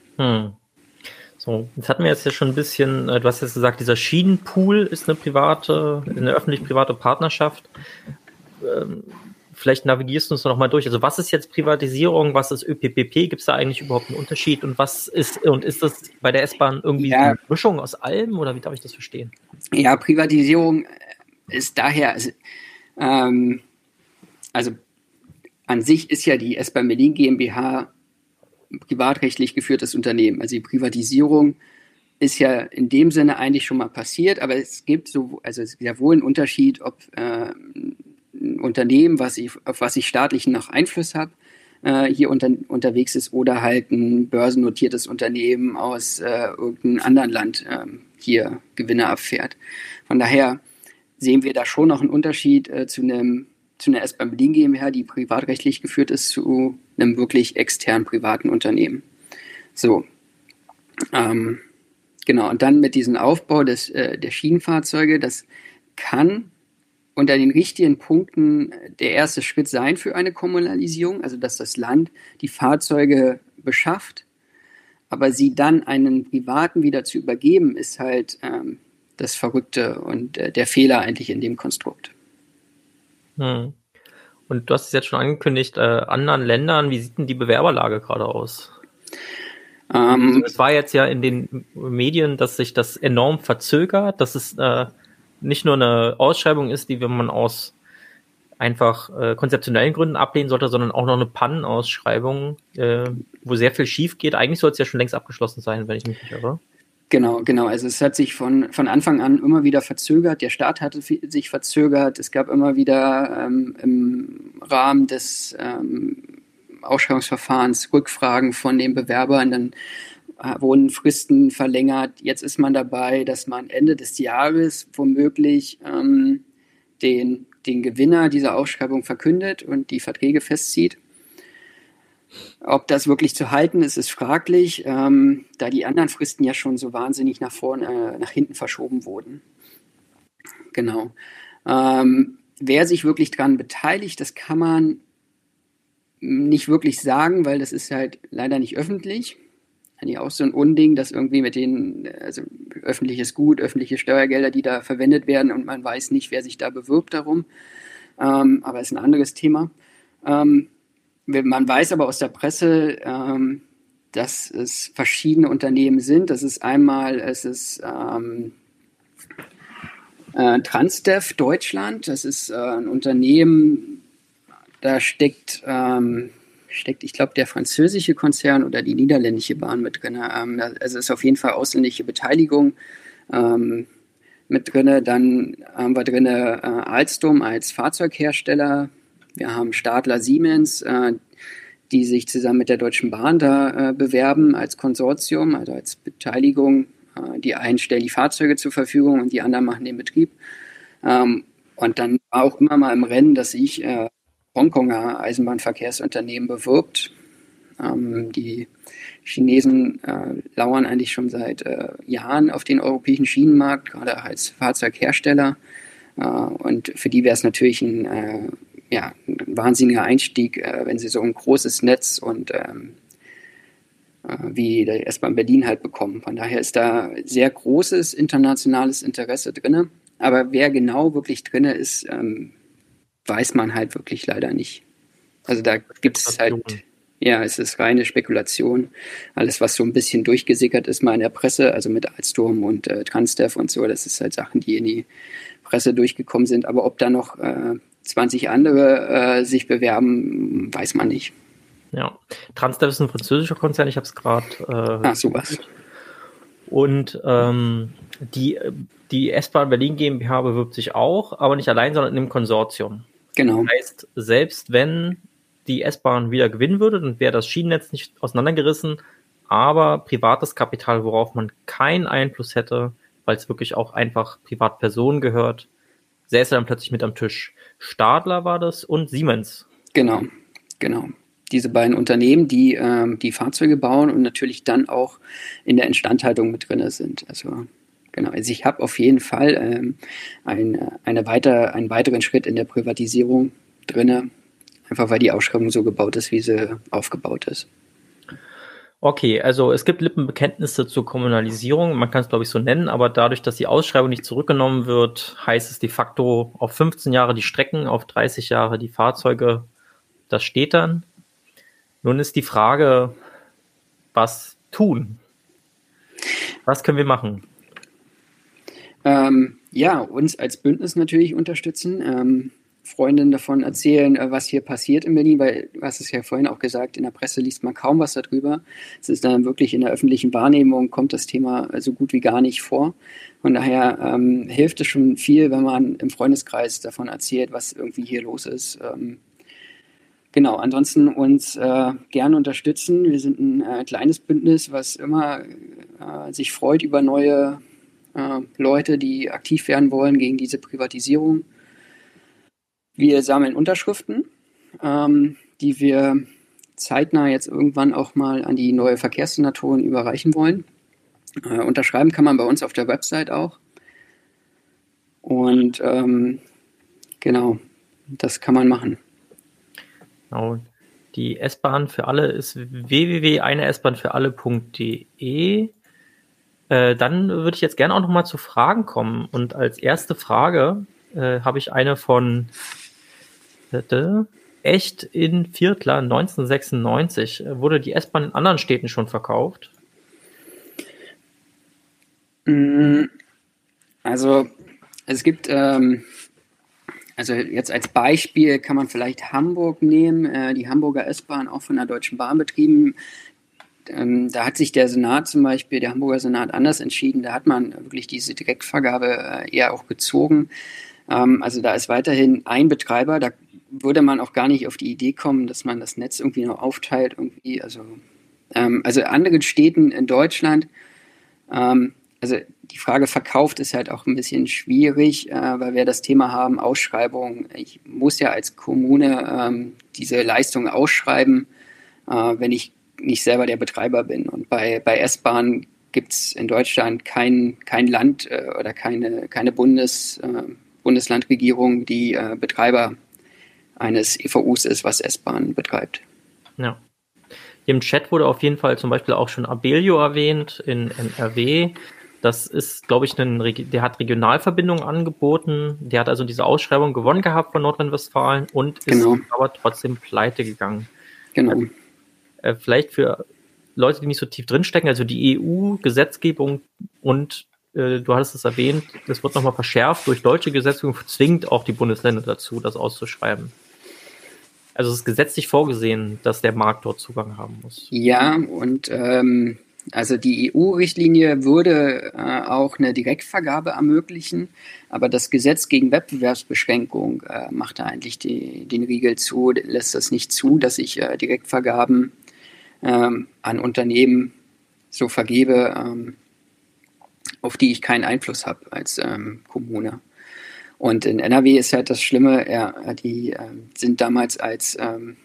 So, jetzt hatten wir jetzt ja schon ein bisschen, du hast jetzt gesagt, dieser Schienenpool ist eine öffentlich-private Partnerschaft. Vielleicht navigierst du uns noch mal durch. Also was ist jetzt Privatisierung, was ist ÖPPP? Gibt es da eigentlich überhaupt einen Unterschied? Und ist das bei der S-Bahn irgendwie eine Mischung aus allem oder wie darf ich das verstehen? Ja, Privatisierung ist daher, also an sich ist ja die S-Bahn Berlin GmbH privatrechtlich geführtes Unternehmen. Also die Privatisierung ist ja in dem Sinne eigentlich schon mal passiert, aber es gibt sehr wohl einen Unterschied, ob ein Unternehmen, auf was ich staatlichen noch Einfluss habe, hier unterwegs ist oder halt ein börsennotiertes Unternehmen aus irgendeinem anderen Land hier Gewinne abfährt. Von daher sehen wir da schon noch einen Unterschied zu einer S-Bahn Berlin GmbH, die privatrechtlich geführt ist, zu einem wirklich externen privaten Unternehmen. So, genau. Und dann mit diesem Aufbau der Schienenfahrzeuge, das kann unter den richtigen Punkten der erste Schritt sein für eine Kommunalisierung, also dass das Land die Fahrzeuge beschafft, aber sie dann einen Privaten wieder zu übergeben, ist halt das Verrückte und der Fehler eigentlich in dem Konstrukt. Und du hast es jetzt schon angekündigt, anderen Ländern, wie sieht denn die Bewerberlage gerade aus? Es war jetzt ja in den Medien, dass sich das enorm verzögert, dass es nicht nur eine Ausschreibung ist, die man aus einfach konzeptionellen Gründen ablehnen sollte, sondern auch noch eine Pannenausschreibung, wo sehr viel schief geht. Eigentlich soll es ja schon längst abgeschlossen sein, wenn ich mich nicht irre. Genau. Also es hat sich von Anfang an immer wieder verzögert. Der Start hatte sich verzögert. Es gab immer wieder im Rahmen des Ausschreibungsverfahrens Rückfragen von den Bewerbern. Dann wurden Fristen verlängert. Jetzt ist man dabei, dass man Ende des Jahres womöglich den Gewinner dieser Ausschreibung verkündet und die Verträge festzieht. Ob das wirklich zu halten ist, ist fraglich, da die anderen Fristen ja schon so wahnsinnig nach hinten verschoben wurden. Genau. Wer sich wirklich daran beteiligt, das kann man nicht wirklich sagen, weil das ist halt leider nicht öffentlich. Eigentlich auch so ein Unding, dass irgendwie mit also öffentliches Gut, öffentliche Steuergelder, die da verwendet werden und man weiß nicht, wer sich da bewirbt darum. Aber ist ein anderes Thema. Man weiß aber aus der Presse, dass es verschiedene Unternehmen sind. Es ist Transdev Deutschland. Das ist ein Unternehmen, da steckt, ich glaube, der französische Konzern oder die niederländische Bahn mit drin. Also ist auf jeden Fall ausländische Beteiligung mit drin. Dann haben wir drin Alstom als Fahrzeughersteller. Wir haben Stadler Siemens, die sich zusammen mit der Deutschen Bahn da bewerben als Konsortium, also als Beteiligung. Die einen stellen die Fahrzeuge zur Verfügung und die anderen machen den Betrieb. Und dann war auch immer mal im Rennen, dass sich Hongkonger Eisenbahnverkehrsunternehmen bewirbt. Die Chinesen lauern eigentlich schon seit Jahren auf den europäischen Schienenmarkt, gerade als Fahrzeughersteller. Und für die wäre es natürlich ein wahnsinniger Einstieg, wenn sie so ein großes Netz und wie der S-Bahn Berlin halt bekommen. Von daher ist da sehr großes internationales Interesse drin. Aber wer genau wirklich drin ist, weiß man halt wirklich leider nicht. Also da gibt es halt, es ist reine Spekulation. Alles, was so ein bisschen durchgesickert ist mal in der Presse, also mit Alstom und Transdev und so, das ist halt Sachen, die in die Presse durchgekommen sind. Aber ob da noch 20 andere sich bewerben, weiß man nicht. Ja, Transdev ist ein französischer Konzern, ich habe es gerade sowas. Und die S-Bahn Berlin GmbH bewirbt sich auch, aber nicht allein, sondern in einem Konsortium. Genau. Das heißt, selbst wenn die S-Bahn wieder gewinnen würde, dann wäre das Schienennetz nicht auseinandergerissen, aber privates Kapital, worauf man keinen Einfluss hätte, weil es wirklich auch einfach Privatpersonen gehört, säße dann plötzlich mit am Tisch. Stadler war das und Siemens. Genau. Diese beiden Unternehmen, die die Fahrzeuge bauen und natürlich dann auch in der Instandhaltung mit drin sind. Also genau, also ich habe auf jeden Fall einen weiteren Schritt in der Privatisierung drin, einfach weil die Ausschreibung so gebaut ist, wie sie aufgebaut ist. Okay, also es gibt Lippenbekenntnisse zur Kommunalisierung, man kann es glaube ich so nennen, aber dadurch, dass die Ausschreibung nicht zurückgenommen wird, heißt es de facto auf 15 Jahre die Strecken, auf 30 Jahre die Fahrzeuge, das steht dann. Nun ist die Frage, was tun? Was können wir machen? Uns als Bündnis natürlich unterstützen, Freundinnen davon erzählen, was hier passiert in Berlin, weil du hast es ja vorhin auch gesagt, in der Presse liest man kaum was darüber. Es ist dann wirklich in der öffentlichen Wahrnehmung, kommt das Thema so gut wie gar nicht vor. Von daher hilft es schon viel, wenn man im Freundeskreis davon erzählt, was irgendwie hier los ist. Genau, ansonsten uns gerne unterstützen. Wir sind ein kleines Bündnis, was immer sich freut über neue Leute, die aktiv werden wollen gegen diese Privatisierung. Wir sammeln Unterschriften, die wir zeitnah jetzt irgendwann auch mal an die neue Verkehrssenatorin überreichen wollen. Unterschreiben kann man bei uns auf der Website auch. Und genau, das kann man machen. Genau. Die S-Bahn für alle ist www.einesbahnfüralle.de. Dann würde ich jetzt gerne auch noch mal zu Fragen kommen. Und als erste Frage habe ich eine von Echt in Viertler 1996. Wurde die S-Bahn in anderen Städten schon verkauft? Also es gibt, also jetzt als Beispiel kann man vielleicht Hamburg nehmen, die Hamburger S-Bahn auch von der Deutschen Bahn betrieben. Da hat sich der Senat zum Beispiel, der Hamburger Senat anders entschieden. Da hat man wirklich diese Direktvergabe eher auch gezogen. Also da ist weiterhin ein Betreiber, da würde man auch gar nicht auf die Idee kommen, dass man das Netz irgendwie noch aufteilt. Also anderen Städten in Deutschland, also die Frage verkauft ist halt auch ein bisschen schwierig, weil wir das Thema haben, Ausschreibung. Ich muss ja als Kommune diese Leistung ausschreiben. wenn ich nicht selber der Betreiber bin. Und bei S-Bahn gibt es in Deutschland kein Land oder keine Bundeslandregierung, die Betreiber eines EVUs ist, was S-Bahn betreibt. Ja. Hier im Chat wurde auf jeden Fall zum Beispiel auch schon Abellio erwähnt in NRW. Das ist, glaube ich, der hat Regionalverbindungen angeboten. Der hat also diese Ausschreibung gewonnen gehabt von Nordrhein-Westfalen und ist aber trotzdem pleite gegangen. Genau. Vielleicht für Leute, die nicht so tief drinstecken, also die EU-Gesetzgebung und du hattest es erwähnt, das wird nochmal verschärft durch deutsche Gesetzgebung, zwingt auch die Bundesländer dazu, das auszuschreiben. Also es ist gesetzlich vorgesehen, dass der Markt dort Zugang haben muss. Ja, und also die EU-Richtlinie würde auch eine Direktvergabe ermöglichen, aber das Gesetz gegen Wettbewerbsbeschränkung macht da eigentlich den Riegel zu, lässt das nicht zu, dass ich Direktvergaben an Unternehmen so vergebe, auf die ich keinen Einfluss habe als Kommune. Und in NRW ist halt das Schlimme, die sind damals als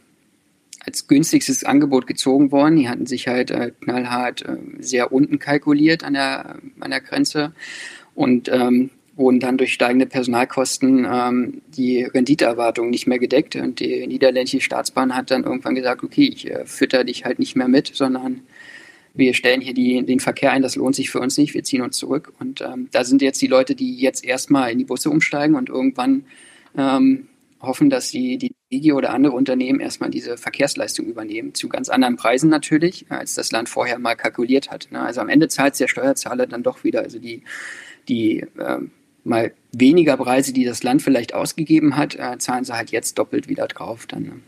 günstigstes Angebot gezogen worden. Die hatten sich halt knallhart sehr unten kalkuliert an der Grenze und wurden dann durch steigende Personalkosten die Renditeerwartungen nicht mehr gedeckt. Und die niederländische Staatsbahn hat dann irgendwann gesagt, okay, ich fütter dich halt nicht mehr mit, sondern wir stellen hier den Verkehr ein, das lohnt sich für uns nicht, wir ziehen uns zurück. Und da sind jetzt die Leute, die jetzt erstmal in die Busse umsteigen und irgendwann hoffen, dass die Regio oder andere Unternehmen erstmal diese Verkehrsleistung übernehmen, zu ganz anderen Preisen natürlich, als das Land vorher mal kalkuliert hat. Ne? Also am Ende zahlt der Steuerzahler dann doch wieder. Also die mal weniger Preise, die das Land vielleicht ausgegeben hat, zahlen sie halt jetzt doppelt wieder drauf. Dann, ne?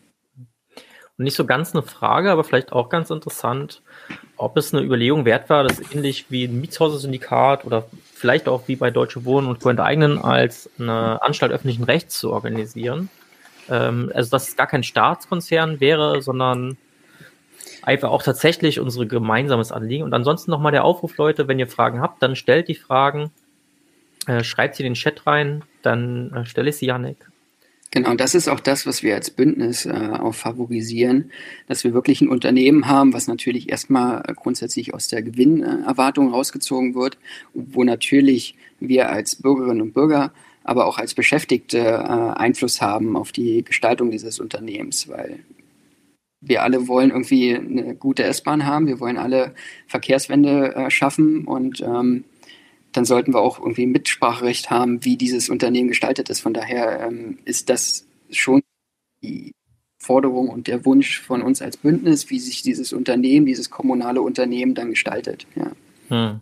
Und nicht so ganz eine Frage, aber vielleicht auch ganz interessant, ob es eine Überlegung wert war, das ähnlich wie ein Mietshäuser-Syndikat oder vielleicht auch wie bei Deutsche Wohnen und Co. enteignen als eine Anstalt öffentlichen Rechts zu organisieren. Also dass es gar kein Staatskonzern wäre, sondern einfach auch tatsächlich unser gemeinsames Anliegen. Und ansonsten nochmal der Aufruf, Leute, wenn ihr Fragen habt, dann stellt die Fragen, schreibt sie in den Chat rein, dann stelle ich sie Jannik. Genau, das ist auch das, was wir als Bündnis auch favorisieren, dass wir wirklich ein Unternehmen haben, was natürlich erstmal grundsätzlich aus der Gewinnerwartung rausgezogen wird, wo natürlich wir als Bürgerinnen und Bürger, aber auch als Beschäftigte Einfluss haben auf die Gestaltung dieses Unternehmens, weil wir alle wollen irgendwie eine gute S-Bahn haben, wir wollen alle Verkehrswende schaffen und dann sollten wir auch irgendwie Mitspracherecht haben, wie dieses Unternehmen gestaltet ist. Von daher ist das schon die Forderung und der Wunsch von uns als Bündnis, wie sich dieses Unternehmen, dieses kommunale Unternehmen dann gestaltet. Ja.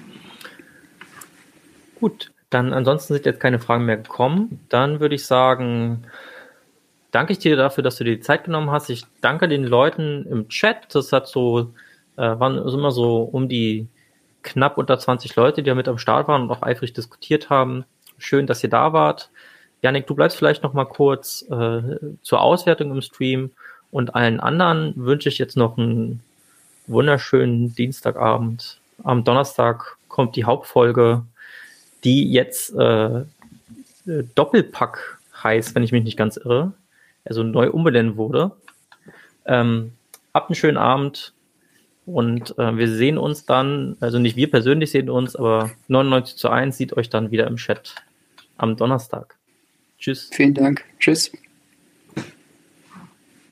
Gut, dann ansonsten sind jetzt keine Fragen mehr gekommen. Dann würde ich sagen, danke ich dir dafür, dass du dir die Zeit genommen hast. Ich danke den Leuten im Chat. Das hat waren immer so um die knapp unter 20 Leute, die da mit am Start waren und auch eifrig diskutiert haben. Schön, dass ihr da wart. Jannik, du bleibst vielleicht noch mal kurz zur Auswertung im Stream und allen anderen wünsche ich jetzt noch einen wunderschönen Dienstagabend. Am Donnerstag kommt die Hauptfolge, die jetzt Doppelpack heißt, wenn ich mich nicht ganz irre, also neu umbenannt wurde. Habt einen schönen Abend. Und wir sehen uns dann, also nicht wir persönlich sehen uns, aber 99:1 sieht euch dann wieder im Chat am Donnerstag. Tschüss. Vielen Dank. Tschüss.